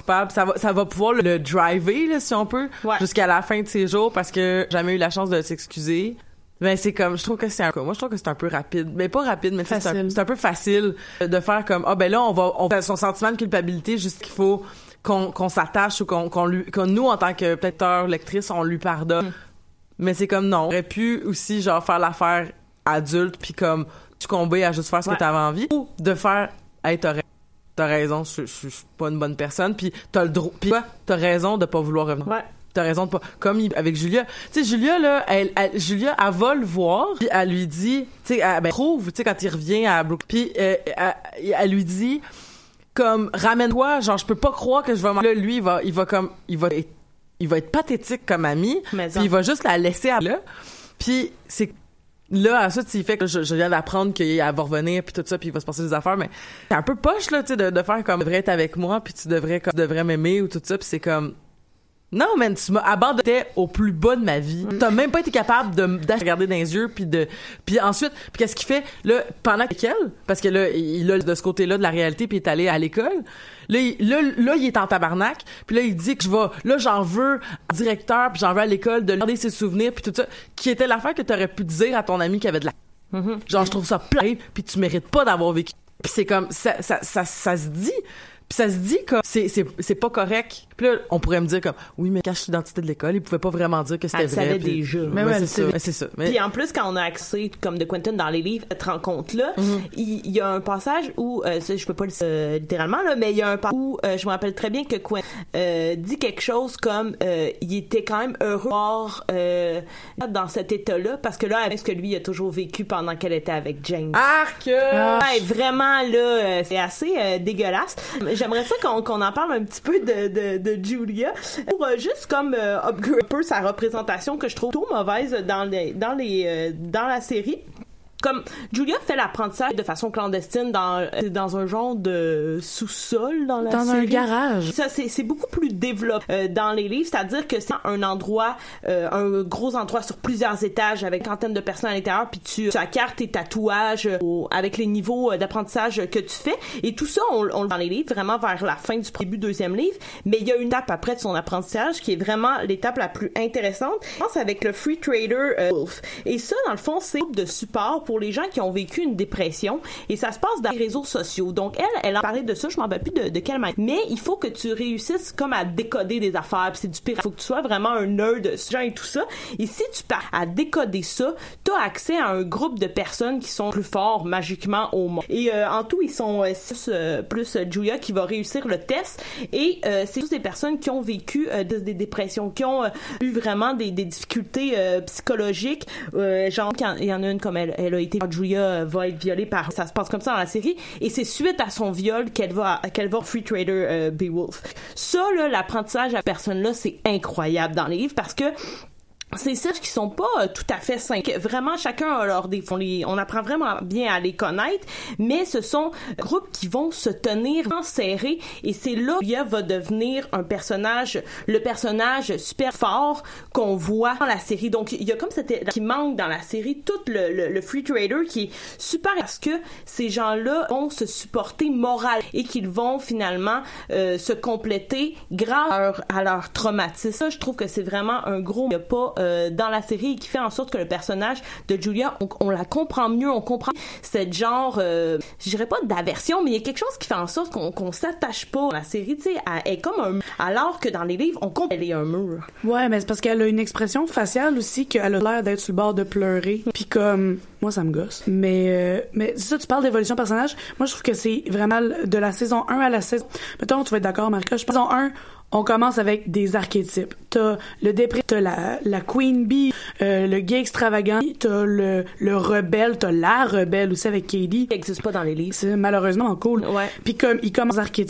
ça va pouvoir le driver, là, si on peut, jusqu'à la fin de ses jours, parce que j'ai jamais eu la chance de s'excuser. Mais c'est comme, je trouve que c'est un peu rapide, mais pas rapide, mais c'est un peu facile de faire comme, ben là, on son sentiment de culpabilité, juste qu'il faut qu'on s'attache, ou qu'on nous, en tant que peut-être lectrice, on lui pardonne. Mais c'est comme, non, on aurait pu aussi, genre, faire l'affaire adulte, puis comme, succomber à juste faire ce que t'avais envie, ou de faire, hey, t'as raison, je suis pas une bonne personne, puis t'as le droit, puis t'as raison de pas vouloir revenir. Ouais. T'as raison de pas, comme avec Julia. Tu sais, Julia, là, Julia, elle va le voir, puis elle lui dit, tu sais, trouve, tu sais, quand il revient à Brooklyn, puis elle lui dit, comme, ramène-toi, genre, je peux pas croire que je vais là, lui, il va être pathétique comme ami, puis il va juste la laisser là, puis c'est là, à ça, il fait que je viens d'apprendre qu'elle va revenir, puis tout ça, puis il va se passer des affaires, mais c'est un peu poche, là, tu sais, de faire comme, tu devrais être avec moi, puis tu devrais m'aimer, ou tout ça, puis c'est comme, non, man, tu m'as abandonné au plus bas de ma vie. T'as même pas été capable de regarder dans les yeux, puis ensuite, puis qu'est-ce qu'il fait là pendant qu'elle, parce que là, il a de ce côté-là de la réalité, puis il est allé à l'école. Là, il est en tabarnak, puis là, il dit que j'en veux directeur, puis j'en veux à l'école de garder ses souvenirs, puis tout ça, qui était l'affaire que t'aurais pu dire à ton ami qui avait de la... Genre, je trouve ça plein, puis tu mérites pas d'avoir vécu. Puis c'est comme, ça se dit... Puis ça se dit comme c'est pas correct. Puis là, on pourrait me dire comme oui, mais cache l'identité de l'école, il pouvait pas vraiment dire que c'était vrai. Elle savait déjà. Mais c'est ça. Puis en plus, quand on a accès comme de Quentin dans les livres, cette rencontre-là, il y a un passage où je peux pas le littéralement là, mais il y a un passage où je me rappelle très bien que Quentin dit quelque chose comme il était quand même heureux dans cet état-là, parce que là, avec ce que lui a toujours vécu pendant qu'elle était avec James. Ouais, vraiment là, c'est assez dégueulasse. J'aimerais ça qu'on en parle un petit peu de Julia pour juste comme upgrade un peu sa représentation que je trouve trop mauvaise dans la série. Comme Julia fait l'apprentissage de façon clandestine dans un genre de sous-sol dans la série. Dans un garage. Ça c'est beaucoup plus développé dans les livres, c'est-à-dire que c'est un endroit, un gros endroit sur plusieurs étages avec une centaine de personnes à l'intérieur, puis tu accartes tes tatouages avec les niveaux d'apprentissage que tu fais, et tout ça on dans les livres vraiment vers la fin du début deuxième livre, mais il y a une étape après de son apprentissage qui est vraiment l'étape la plus intéressante. Je pense avec le Free Trader Wolf, et ça dans le fond c'est un groupe de support pour les gens qui ont vécu une dépression, et ça se passe dans les réseaux sociaux. Donc elle en parlait de ça, je m'en rappelle plus de quelle manière. Mais il faut que tu réussisses comme à décoder des affaires, puis c'est du pire. Il faut que tu sois vraiment un nerd, ce genre et tout ça. Et si tu pars à décoder ça, t'as accès à un groupe de personnes qui sont plus forts magiquement au monde. Et en tout, ils sont 6 plus Julia qui va réussir le test. Et c'est tous des personnes qui ont vécu des dépressions, qui ont eu vraiment des difficultés psychologiques. Genre, il y en a une comme elle a été, Julia va être violée par, ça se passe comme ça dans la série, et c'est suite à son viol qu'elle va Free Trader Beowulf. Ça là, l'apprentissage à personne là, c'est incroyable dans les livres, parce que ces cercles qui sont pas tout à fait simples. Vraiment, chacun a leur défaut. On apprend vraiment bien à les connaître, mais ce sont groupes qui vont se tenir serrés, et c'est là que Julia va devenir le personnage super fort qu'on voit dans la série. Donc, il y a comme qui manque dans la série, tout le Free Trader qui est super, parce que ces gens-là vont se supporter moralement et qu'ils vont finalement se compléter grâce à leur traumatisme. Ça, je trouve que c'est vraiment un gros pas dans la série, et qui fait en sorte que le personnage de Julia, on la comprend mieux, on comprend cette genre, je dirais pas d'aversion, mais il y a quelque chose qui fait en sorte qu'on s'attache pas dans la série, tu sais, elle est comme un mur, alors que dans les livres, on comprend qu'elle est un mur. Ouais, mais c'est parce qu'elle a une expression faciale aussi, qu'elle a l'air d'être sur le bord de pleurer, puis comme, moi ça me gosse. Mais c'est ça, tu parles d'évolution de personnage, moi je trouve que c'est vraiment de la saison 1 à la saison, mettons, tu vas être d'accord, Marika, je pense saison 1, on commence avec des archétypes. T'as le dépressif, t'as la Queen Bee, le gay extravagant, t'as le rebelle, t'as la rebelle aussi avec Katie. Qui n'existe pas dans les livres. C'est malheureusement cool. Ouais. Puis comme il commence archétypes,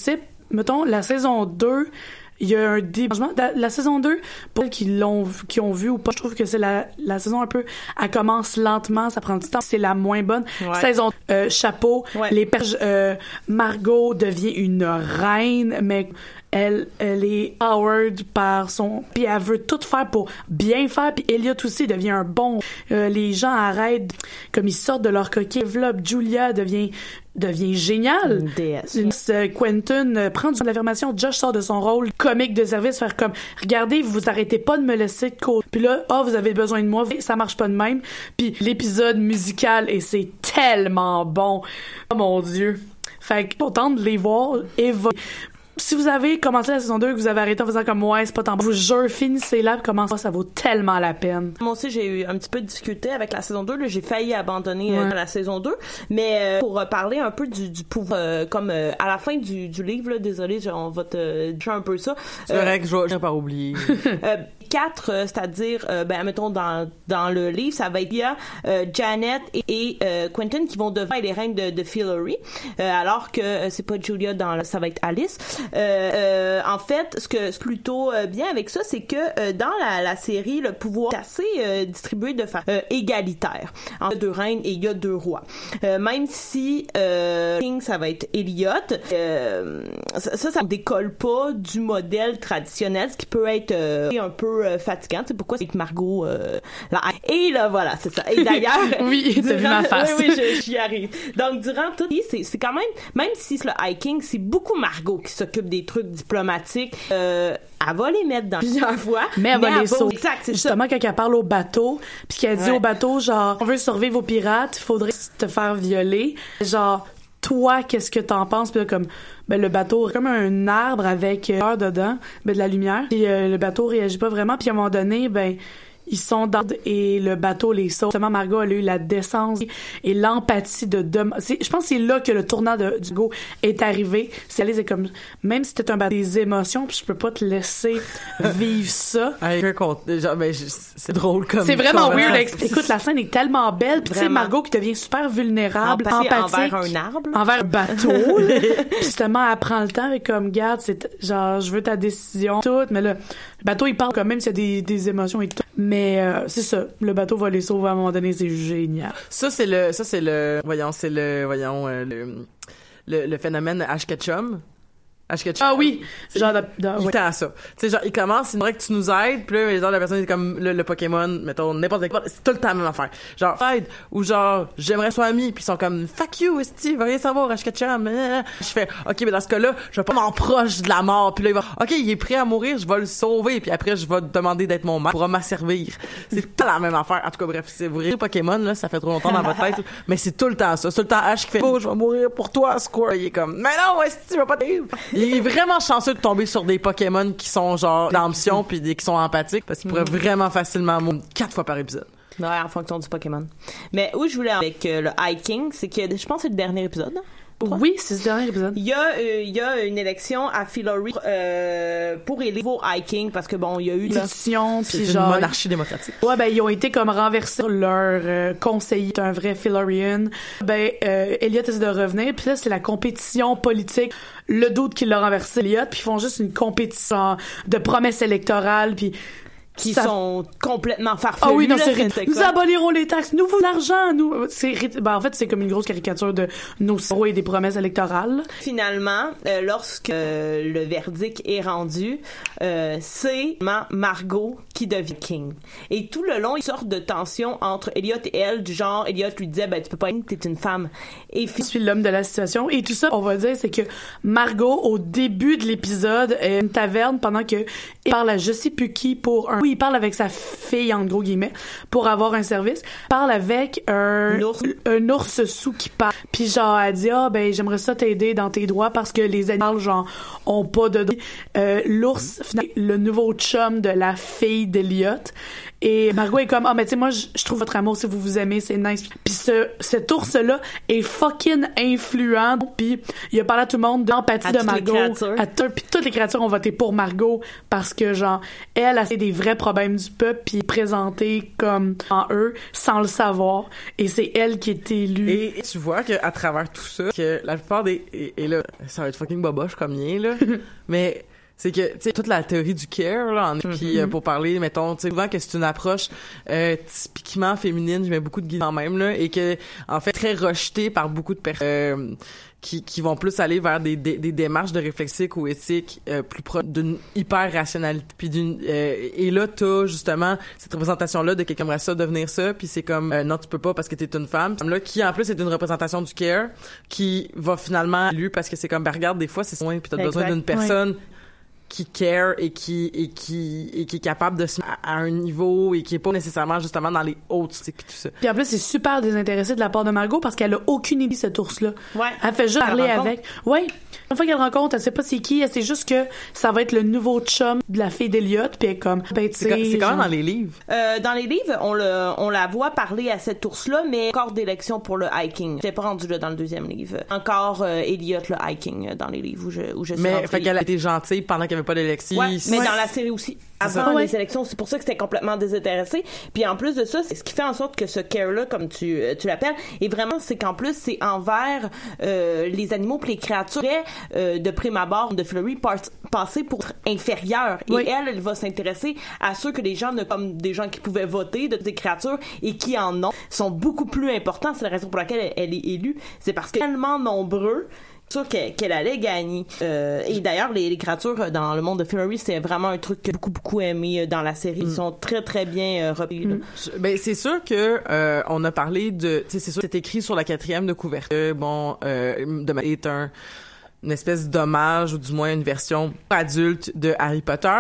mettons, la saison 2, il y a un déchangement. La saison 2, pour ceux qui ont vu ou pas, je trouve que c'est la saison un peu, elle commence lentement, ça prend du temps, c'est la moins bonne. Ouais. Saison chapeau, les perches, Margot devient une reine, mais elle est powered par son... Puis elle veut tout faire pour bien faire, puis Elliot aussi devient un bon... les gens arrêtent, comme ils sortent de leur coquille, Julia devient génial. Une déesse. Quentin prend de l'affirmation, Josh sort de son rôle comique de service, faire comme regardez, vous arrêtez pas de me laisser de côté. Puis là, vous avez besoin de moi, ça marche pas de même. Puis l'épisode musical, et c'est tellement bon. Oh mon Dieu. Fait que contente de les voir évoluer. Si vous avez commencé la saison 2 et que vous avez arrêté en faisant comme c'est pas tant bon, je vous jure, finissez-la, commencez, ça vaut tellement la peine. Moi aussi, j'ai eu un petit peu de difficulté avec la saison 2, là, j'ai failli abandonner la saison 2, mais pour parler un peu du pouvoir, comme à la fin du livre, là, désolé, on va te dire un peu ça. C'est vrai que je vais pas oublier. 4, c'est-à-dire, mettons, dans le livre, ça va être Janet et Quentin qui vont devenir les reines de Fillory, alors que c'est pas Julia ça va être Alice. En fait, ce que plutôt bien avec ça, c'est que dans la série, le pouvoir est assez distribué de façon égalitaire. Il y a 2 reines et il y a 2 rois. Même si King, ça va être Elliot, ça ne décolle pas du modèle traditionnel, ce qui peut être un peu fatigant. C'est pourquoi c'est avec Margot et là, voilà, c'est ça. Et d'ailleurs... oui, t'as vu ma face. Oui, j'y arrive. Donc, durant tout, c'est quand même si c'est le High King, c'est beaucoup Margot qui s'occupe des trucs diplomatiques. Elle va les mettre dans plusieurs fois. Mais elle va les sauver. Exact, c'est justement, ça. quand elle parle au bateau, puis qu'elle dit au bateau, genre, on veut survivre aux pirates, il faudrait te faire violer. Genre, toi, qu'est-ce que t'en penses? Puis là, comme, le bateau, comme un arbre avec heure dedans, de la lumière. Puis le bateau réagit pas vraiment. Puis à un moment donné, ils sont dans et le bateau les sauve. Justement, Margot, elle a eu la décence et l'empathie je pense que c'est là que le tournant du go est arrivé. C'est comme, même si t'es un bateau des émotions, puis je peux pas te laisser vivre ça. C'est drôle comme... C'est vraiment weird. Écoute, la scène est tellement belle. Puis tu sais, Margot qui devient super vulnérable, empathique. Envers un arbre. Envers un bateau. Puis justement, elle prend le temps et comme, garde, c'est genre, je veux ta décision, tout. Mais là, le bateau, il parle quand même s'il y a des émotions et tout. Mais c'est ça, le bateau va les sauver à un moment donné, c'est génial. Le phénomène Ash Ketchum. Ah oui, genre il tend à ça. Tu sais, genre, il commence, il faudrait que tu nous aides, puis là, genre, la personne est comme le Pokémon, mettons, n'importe quoi, c'est tout le temps la même affaire. Genre, aide, ou genre, j'aimerais soit ami, puis ils sont comme, fuck you, esti, va rien savoir, Ash Ketchum. Je fais, ok, mais dans ce cas-là, je vais pas m'en proche de la mort, puis là, il va, ok, il est prêt à mourir, je vais le sauver, puis après, je vais te demander d'être mon maître, pourra m'asservir. C'est pas la même affaire. En tout cas, bref, c'est vous rire Pokémon, là, ça fait trop longtemps dans votre tête, mais c'est tout le temps ça. C'est tout le temps Ash qui fait, oh, je vais mourir pour toi, Squirtle. Il est comme, mais non, esti, je vais pas t'aider. Il est vraiment chanceux de tomber sur des Pokémon qui sont genre d'ambition puis qui sont empathiques parce qu'ils pourraient vraiment facilement mourir 4 fois par épisode. Ouais, en fonction du Pokémon. Mais où je voulais avec le High King, c'est que je pense que c'est le dernier épisode. Oui, c'est ce dernier épisode. Il y a une élection à Fillory pour élire nouveau High King parce que bon, il y a eu l'élection puis genre une monarchie démocratique. Ouais, ils ont été comme renversés leur conseiller, un vrai Fillorian. Elliot essaie de revenir, puis là c'est la compétition politique. Le doute qui l'a renversé Elliot, puis ils font juste une compétition de promesses électorales, puis qui sont complètement farfelus. Ah oui, non, c'est ridicule. Nous abolirons les taxes, nous vous l'argent, nous. En fait, c'est comme une grosse caricature de nos héros et des promesses électorales. Finalement, lorsque le verdict est rendu, c'est Margot qui devient King. Et tout le long, il y a une sorte de tension entre Elliot et elle, du genre, Elliot lui disait, tu peux pas être, t'es une femme. Et je suis l'homme de la situation. Et tout ça, on va dire, c'est que Margot, au début de l'épisode, est une taverne pendant que il parle à je sais plus qui pour un... Oui, il parle avec sa fille, en gros guillemets, pour avoir un service. Il parle avec un ours sous qui parle. Puis genre, elle dit, j'aimerais ça t'aider dans tes droits parce que les animaux, genre, ont pas de droits. L'ours, le nouveau chum de la fille d'Elliot. Et Margot est comme, mais tu sais, moi, je trouve votre amour, si vous vous aimez, c'est nice. Puis cet ours-là est fucking influent. Puis il a parlé à tout le monde de l'empathie de Margot. Puis toutes les créatures ont voté pour Margot parce que, genre, elle a fait des vrais problèmes du peuple puis présentée comme en eux sans le savoir. Et c'est elle qui est élue. Et tu vois qu'à travers tout ça, que la plupart des... Et là, ça va être fucking boboche comme mien, là. Mais... c'est que, tu sais, toute la théorie du care, là, puis pour parler, mettons, tu sais, souvent que c'est une approche typiquement féminine, je mets beaucoup de guillemets quand même, là, et que, en fait, très rejetée par beaucoup de personnes qui vont plus aller vers des démarches de réflexique ou éthique plus proches d'une hyper rationalité, puis et là, t'as justement cette représentation-là de quelqu'un qui aimerait ça devenir ça, puis c'est comme, non, tu peux pas parce que t'es une femme, là, qui en plus est une représentation du care, qui va finalement lui parce que c'est comme, regarde, des fois, c'est soin, puis t'as besoin d'une personne qui care et qui est capable de se mettre à un niveau et qui est pas nécessairement justement dans les hautes tout ça. Puis en plus c'est super désintéressé de la part de Margot parce qu'elle a aucune idée de cet ours-là. Ouais. Elle fait juste parler avec. Ouais. Une fois qu'elle rencontre, elle sait pas c'est qui, elle sait juste que ça va être le nouveau chum de la fille d'Eliott, puis elle est comme tu sais. C'est quand même dans les livres. Dans les livres, on la voit parler à cet ours-là, mais encore d'élection pour le hiking. J'étais pas rendue là dans le deuxième livre. Encore Eliott le hiking dans les livres où je suis mais rentrée. fait qu'elle a été gentille pendant qu'il y avait pas d'élection. Ouais, mais dans la série aussi. Avant les élections, c'est pour ça que c'était complètement désintéressé. Puis en plus de ça, c'est ce qui fait en sorte que ce care-là, comme tu l'appelles, et vraiment, c'est qu'en plus, c'est envers les animaux puis les créatures de prime abord de Fillory passer pour inférieures. Et elle va s'intéresser à ceux que les gens, comme des gens qui pouvaient voter, des créatures, et qui en ont, sont beaucoup plus importants. C'est la raison pour laquelle elle est élue. C'est parce que tellement nombreux, sûr qu'elle allait gagner. Et d'ailleurs, les créatures dans le monde de Fillory, c'est vraiment un truc que beaucoup aimé dans la série. Ils sont très, très bien repris. Ben, c'est sûr que on a parlé de... Tu sais, c'est sûr que c'est écrit sur la 4e de couverture. Bon, est une espèce d'hommage, ou du moins une version adulte de Harry Potter.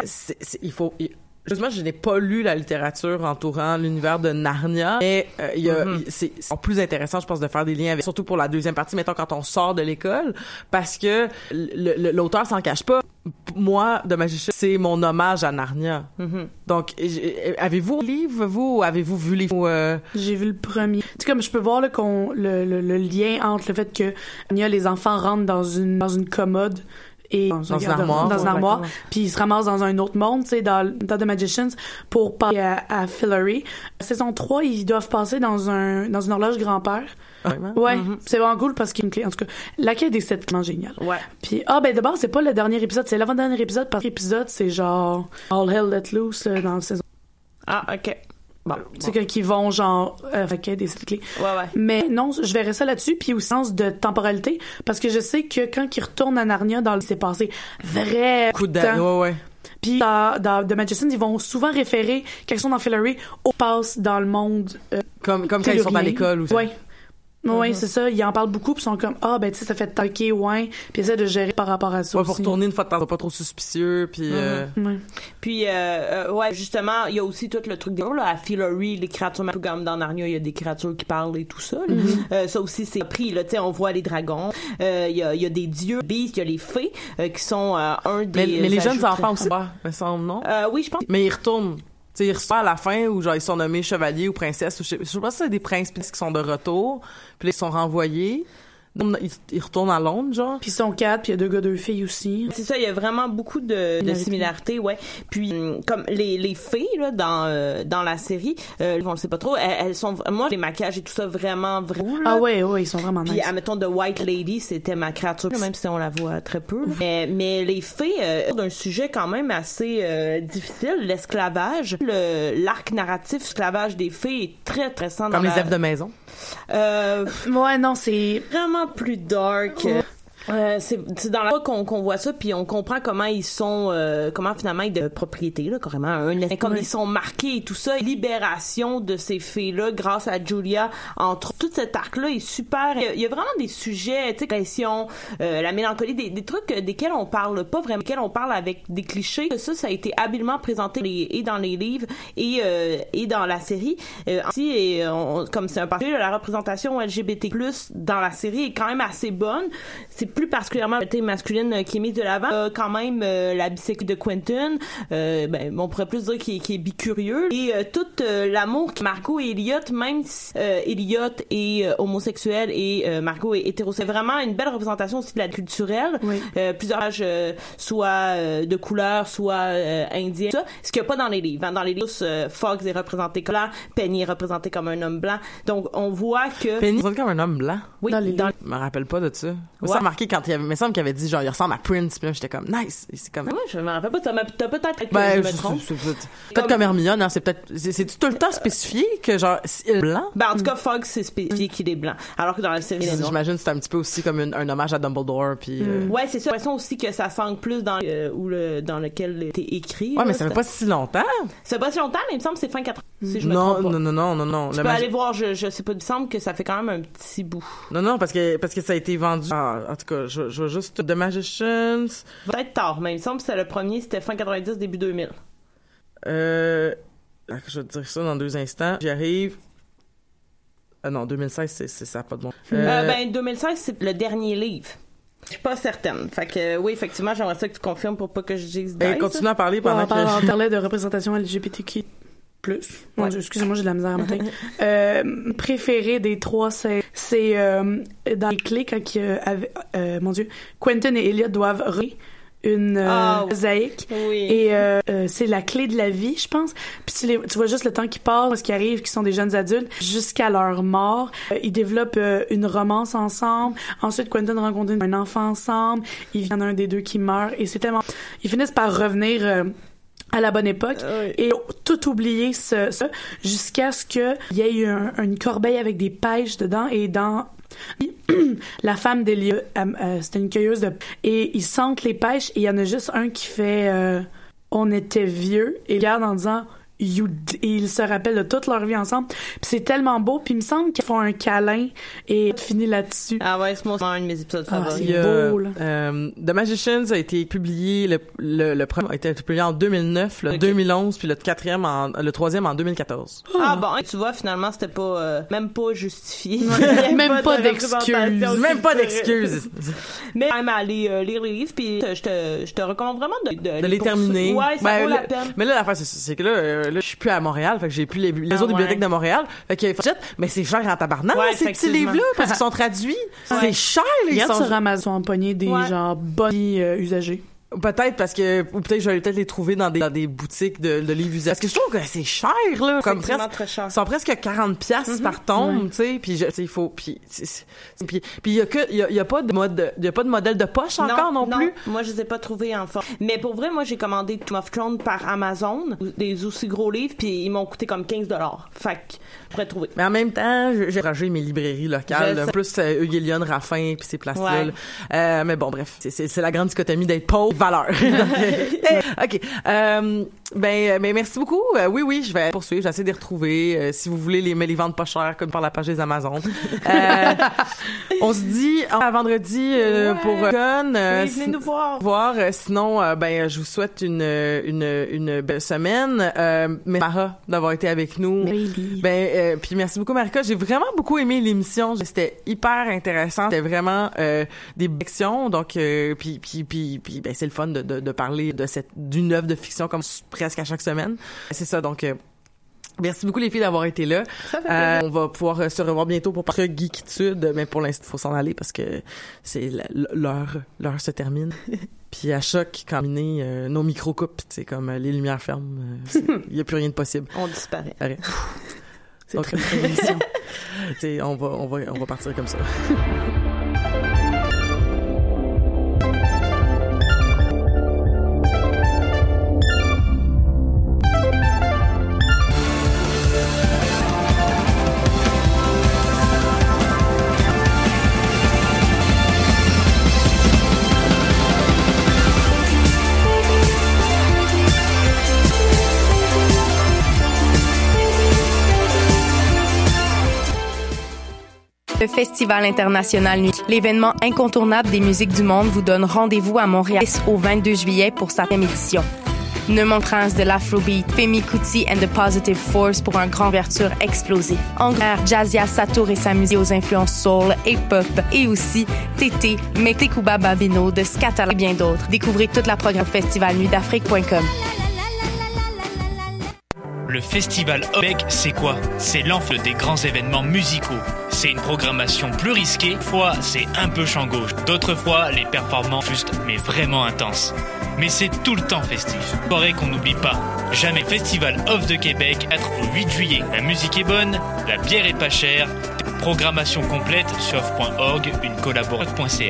Justement, je n'ai pas lu la littérature entourant l'univers de Narnia, mais c'est plus intéressant, je pense, de faire des liens avec, surtout pour la deuxième partie, mettons, quand on sort de l'école, parce que l'auteur s'en cache pas. Moi, de Magician, c'est mon hommage à Narnia. Donc, avez-vous le livre, vous, ou avez-vous vu les J'ai vu le premier. Tu sais, comme je peux voir là, le lien entre le fait que Narnia, les enfants rentrent dans une commode et dans une armoire, puis ils se ramassent dans un autre monde, tu sais, dans The Magicians, pour parler à Fillory. Saison 3, ils doivent passer dans une horloge grand-père. Ouais, c'est vraiment cool parce qu'il y a une clé. En tout cas, la quête des 7 clans génial. Ouais. Puis d'abord, c'est pas le dernier épisode, c'est l'avant-dernier épisode, parce que l'épisode, c'est genre All Hell Let Loose là, dans la saison. Ah, OK. Bon. C'est qu'ils vont genre avec des 7 clés. Ouais. Mais non, je verrais ça là-dessus, puis au sens de temporalité, parce que je sais que quand ils retournent à Narnia, c'est passé vrai coup de temps. Ouais. Puis dans The Magicians, ils vont souvent référer quand ils sont dans Fillory au passe dans le monde comme quand ils sont à l'école ou ça. Ouais. Oui, c'est ça. Ils en parlent beaucoup, puis ils sont comme, tu sais, ça fait tanker, ouais. Puis ils essaient de gérer par rapport à ça. Ouais, pour retourner une fois de temps, pas trop suspicieux, puis. Puis, justement, il y a aussi tout le truc de là, à Fillory, les créatures, un peu comme dans Narnia, il y a des créatures qui parlent et tout ça. Ça aussi, c'est pris, là, tu sais, on voit les dragons, il y a des dieux, beasts, il y a les fées, qui sont un des. Mais les jeunes enfants aussi, me semble, non? Oui, je pense. Mais ils retournent. Tu sais, ils reçoivent à la fin où genre ils sont nommés chevaliers ou princesses, ou je sais pas si c'est des princes qui sont de retour, puis là, ils sont renvoyés. Ils retournent à Londres, genre. Puis ils sont 4, puis il y a 2 gars, 2 filles aussi. C'est ça, il y a vraiment beaucoup de similarités, ouais. Puis comme les fées là dans la série, on le sait pas trop, elles sont moi les maquillages et tout ça vraiment Ah ouais, ils sont vraiment nice. Puis admettons The White Lady, c'était ma créature, même si on la voit très peu. Mais les fées d'un sujet quand même assez difficile, l'esclavage, l'arc narratif esclavage des fées est très très central. Comme les elfes de maison. Ouais, non, c'est vraiment plus dark. C'est dans la fois qu'on voit ça, puis on comprend comment ils sont, comment finalement ils de propriété là, carrément comme ils sont marqués et tout ça. Libération de ces filles-là grâce à Julia. Entre tout cet arc-là est super. Il y a vraiment des sujets, tu sais, pression, la mélancolie, des trucs desquels on parle pas vraiment, desquels on parle avec des clichés. Ça a été habilement présenté et dans les livres et dans la série. Aussi, comme c'est un parti, la représentation LGBT+ dans la série est quand même assez bonne. C'est plus particulièrement la beauté masculine qui est mise de l'avant. Quand même la bisexualité de Quentin, on pourrait plus dire qu'il est bicurieux. Et tout l'amour que Margot et Elliot, même si Elliot est homosexuel et Margot est hétérosexuelle, c'est vraiment une belle représentation aussi de la culturelle. Oui. Plusieurs âges, soit de couleur, soit indien. Ça, ce qu'il n'y a pas dans les livres. Hein. Dans les livres, Fox est représenté comme blanc, Penny est représenté comme un homme blanc. Donc, on voit que... Penny est représenté comme un homme blanc? Oui. Je me rappelle pas de ça. Ouais. Ça a marqué quand il me semble qu'il avait dit, genre, il ressemble à Prince, puis là, j'étais comme, nice. C'est comme... Ouais, je me rappelle pas. T'as peut-être que je me trompe. Peut-être comme Hermione, hein, c'est tout le temps spécifié que, genre, il est blanc? En tout cas, Fox, c'est spécifié qu'il est blanc. Alors que dans la série, j'imagine que c'est un petit peu aussi comme un hommage à Dumbledore, puis... Ouais, c'est ça. J'ai l'impression aussi que ça sent plus dans lequel était écrit. Ouais, mais ça fait pas si longtemps. Ça fait pas si longtemps, mais il me semble que c'est fin 80. Si je me non, trompe pas. Non. Tu peux aller voir, je sais pas, il me semble que ça fait quand même un petit bout. Non, parce que ça a été vendu. En tout cas, je veux juste The Magicians. Peut-être tard, mais il me semble que c'était le premier, c'était fin 90, début 2000. Je vais te dire ça dans 2 instants. J'y arrive. Non, 2016, ça n'a pas de bon. 2016, c'est le dernier livre. Je suis pas certaine. Fait que, oui, effectivement, j'aimerais ça que tu confirmes pour pas que je dise continue à parler pendant que... On parlait de représentation LGBTQ+. Mon Dieu, excusez-moi, j'ai de la misère à matin. Préféré des 3, c'est dans les clés quand Quentin et Elliot doivent une mosaïque. Oui. Et c'est la clé de la vie, je pense. Puis tu vois juste le temps qui passe, ce qui arrive, qui sont des jeunes adultes, jusqu'à leur mort. Ils développent une romance ensemble. Ensuite, Quentin rencontre un enfant ensemble. Il y en a un des deux qui meurt. Et c'est tellement... Ils finissent par revenir... à la bonne époque, et tout oublier ça jusqu'à ce qu'il y ait une corbeille avec des pêches dedans, et dans la femme d'Eliot, c'était une cueilleuse et ils sentent les pêches, et il y en a juste un qui fait on était vieux, et il regarde en disant et ils se rappellent de toute leur vie ensemble. Puis c'est tellement beau, puis il me semble qu'ils font un câlin et finit là-dessus. Ah ouais, c'est moi un de mes épisodes favoris. C'est beau, là. The Magicians a été publié, le premier a été publié en 2009, le 2011, puis le troisième en 2014. Ah bon, tu vois, finalement, c'était pas même pas justifié. Même pas d'excuses. Même pas d'excuses. Mais même aller lire les livres, puis je te recommande vraiment de les terminer. Ouais, ça vaut la peine. Mais là, l'affaire, c'est que là, je suis plus à Montréal, fait que j'ai plus les autres bibliothèques de Montréal. Fait que mais c'est cher en tabarnak, ces petits livres-là, parce qu'ils sont traduits. Ouais. C'est cher, les Regarde sur Amazon empoigné des genre bonnes usagés. Peut-être parce que ou peut-être je vais peut-être les trouver dans des boutiques de livres usagés. Parce que je trouve que c'est cher là, comme très cher. Ils sont presque 40$ par tome, tu sais, puis il faut puis il y a pas de modèle de poche encore non plus. Moi je les ai pas trouvés en forme. Mais pour vrai, moi j'ai commandé Game of Thrones par Amazon, des aussi gros livres, puis ils m'ont coûté comme 15$. Fait que je pourrais trouver. Mais en même temps, j'ai rangé mes librairies locales, en plus Eugélion, Raffin puis ces places-là. Mais bon bref, c'est la grande dichotomie d'être pauvre valeur. OK. Ben merci beaucoup. Oui, je vais poursuivre. J'essaie de les retrouver. Si vous voulez les vendre pas cher, comme par la page des Amazon. On se dit à vendredi pour Con. Oui, venez nous voir. Sinon, je vous souhaite une belle semaine. Merci Mara d'avoir été avec nous. Puis merci beaucoup Marika. J'ai vraiment beaucoup aimé l'émission. C'était hyper intéressant. C'était vraiment des actions. Donc puis c'est le fun de parler d'une œuvre de fiction comme presque à chaque semaine. C'est ça, donc merci beaucoup les filles d'avoir été là. On va pouvoir se revoir bientôt pour parler de geekitude, mais pour l'instant, il faut s'en aller parce que c'est l'heure se termine. Puis à Choc, quand nos micros coupent, c'est comme les lumières ferment, il n'y a plus rien de possible. On disparaît. C'est très émission. On va partir comme ça. Le Festival international Nuit, l'événement incontournable des musiques du monde, vous donne rendez-vous à Montréal au 22 juillet pour sa 5e édition. Ne mon prince de l'Afrobeat, Femi Kuti and the Positive Force pour un grand ouverture explosif. Anglaire, Jazia Satour et sa musique aux influences soul et pop, et aussi Tété, Metekuba Babino de Scatala et bien d'autres. Découvrez toute la programmation au festivalnuitdafrique.com. Le festival Québec, c'est quoi? C'est l'enfle des grands événements musicaux. C'est une programmation plus risquée. Fois, c'est un peu champ gauche. D'autres fois, les performances justes, mais vraiment intenses. Mais c'est tout le temps festif. Soirée qu'on n'oublie pas. Jamais. Festival Off de Québec, 4 au 8 juillet. La musique est bonne, la bière est pas chère. Programmation complète sur off.org, une collaboration.ca.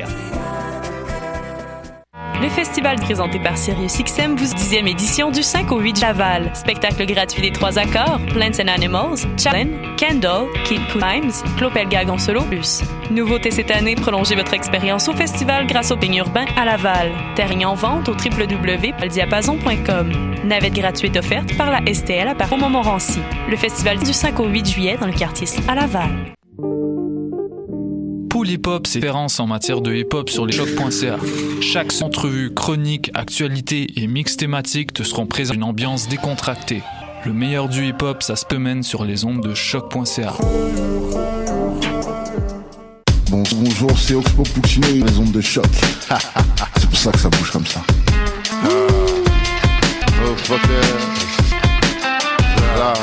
Le festival présenté par SiriusXM vous 10e édition du 5 au 8 Laval. Spectacle gratuit des 3 accords, Plants and Animals, Challenge, Kendall, Kid Rhymes, Clopelgag en solo plus. Nouveauté cette année, prolongez votre expérience au festival grâce au peigne urbain à Laval. Terrain en vente au www.diapason.com. Navette gratuite offerte par la STL à Paris au Montmorency. Le festival du 5 au 8 juillet dans le quartier à Laval. Pool Hip Hop, c'est référence en matière de hip hop sur les chocs.ca. Chaque entrevue, chronique, actualité et mix thématique te seront présents dans une ambiance décontractée. Le meilleur du hip hop, ça se mène sur les ondes de choc.ca. Bonjour, c'est Oxpo Puccino, les ondes de choc. C'est pour ça que ça bouge comme ça. Oh fucker. Voilà.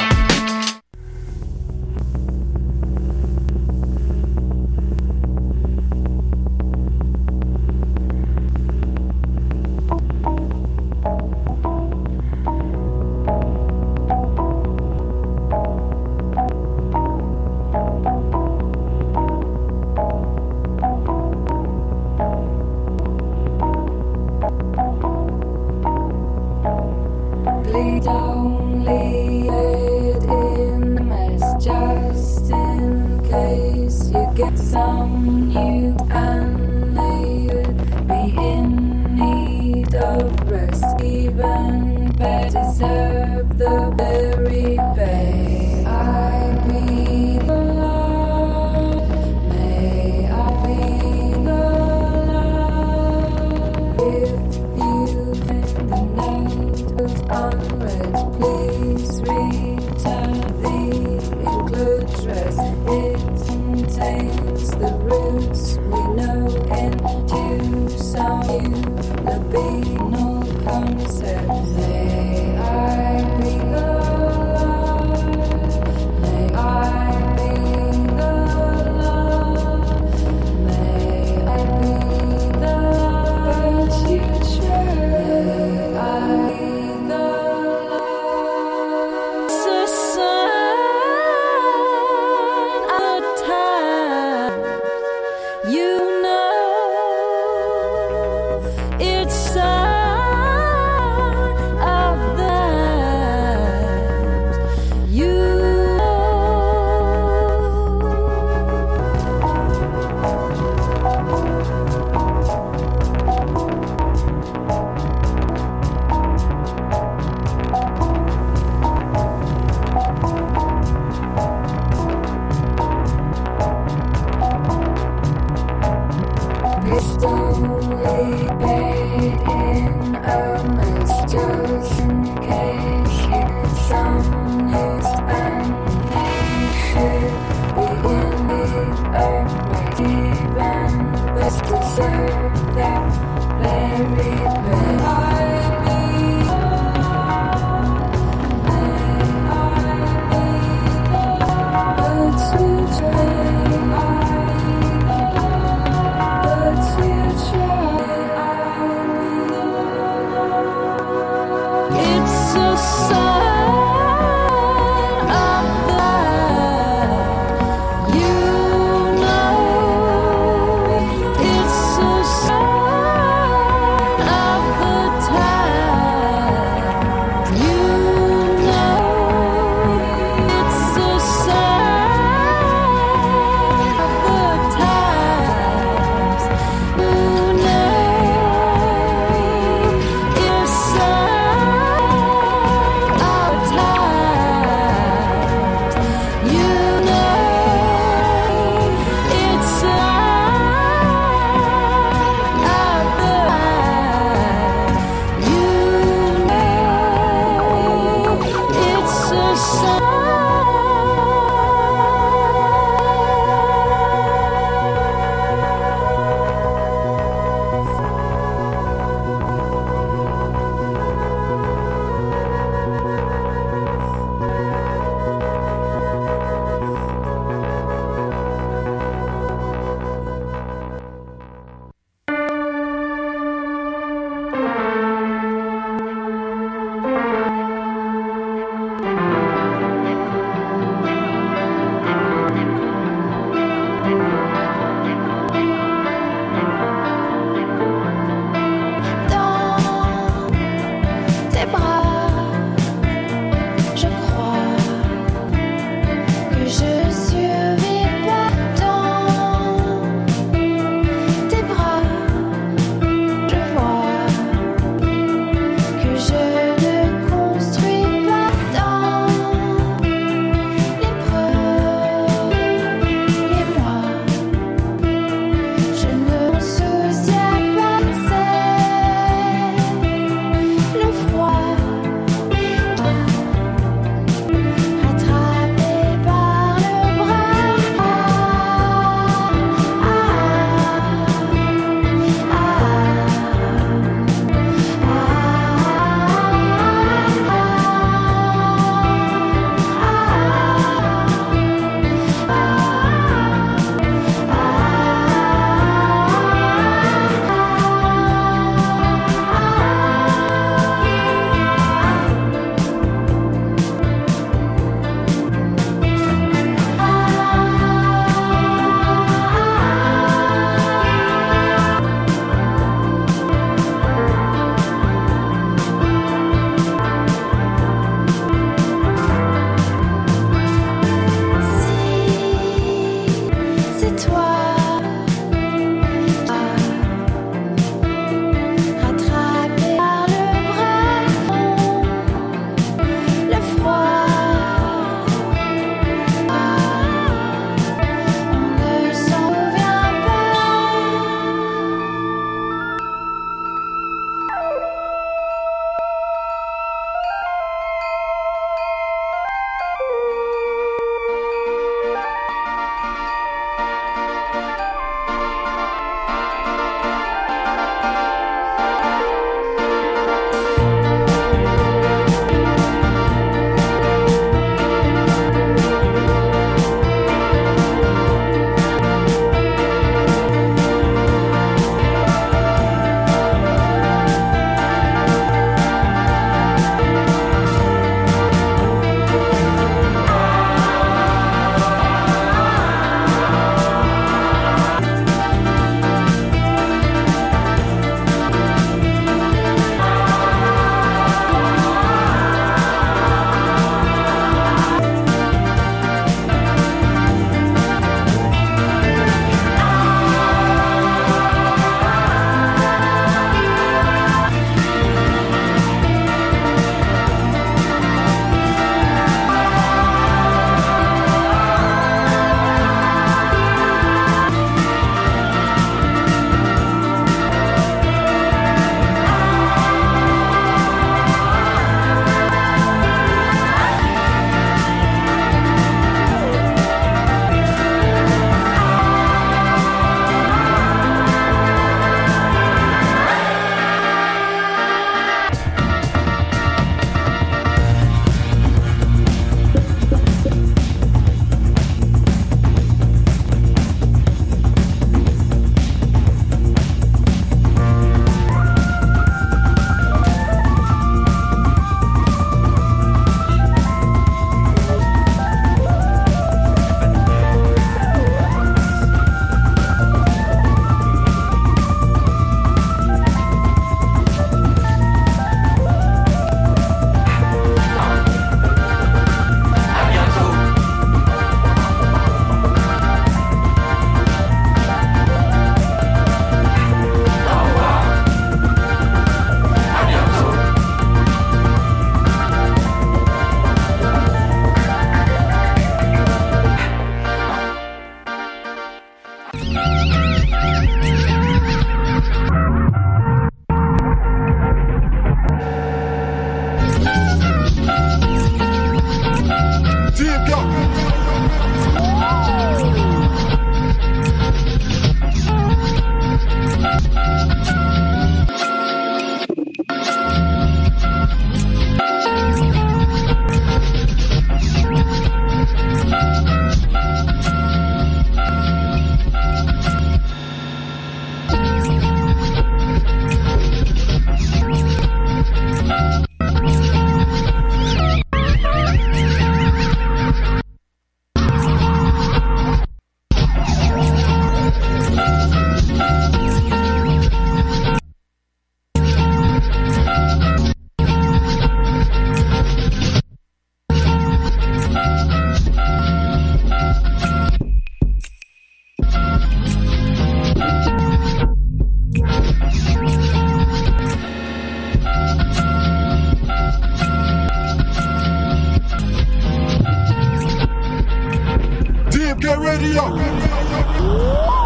get ready up.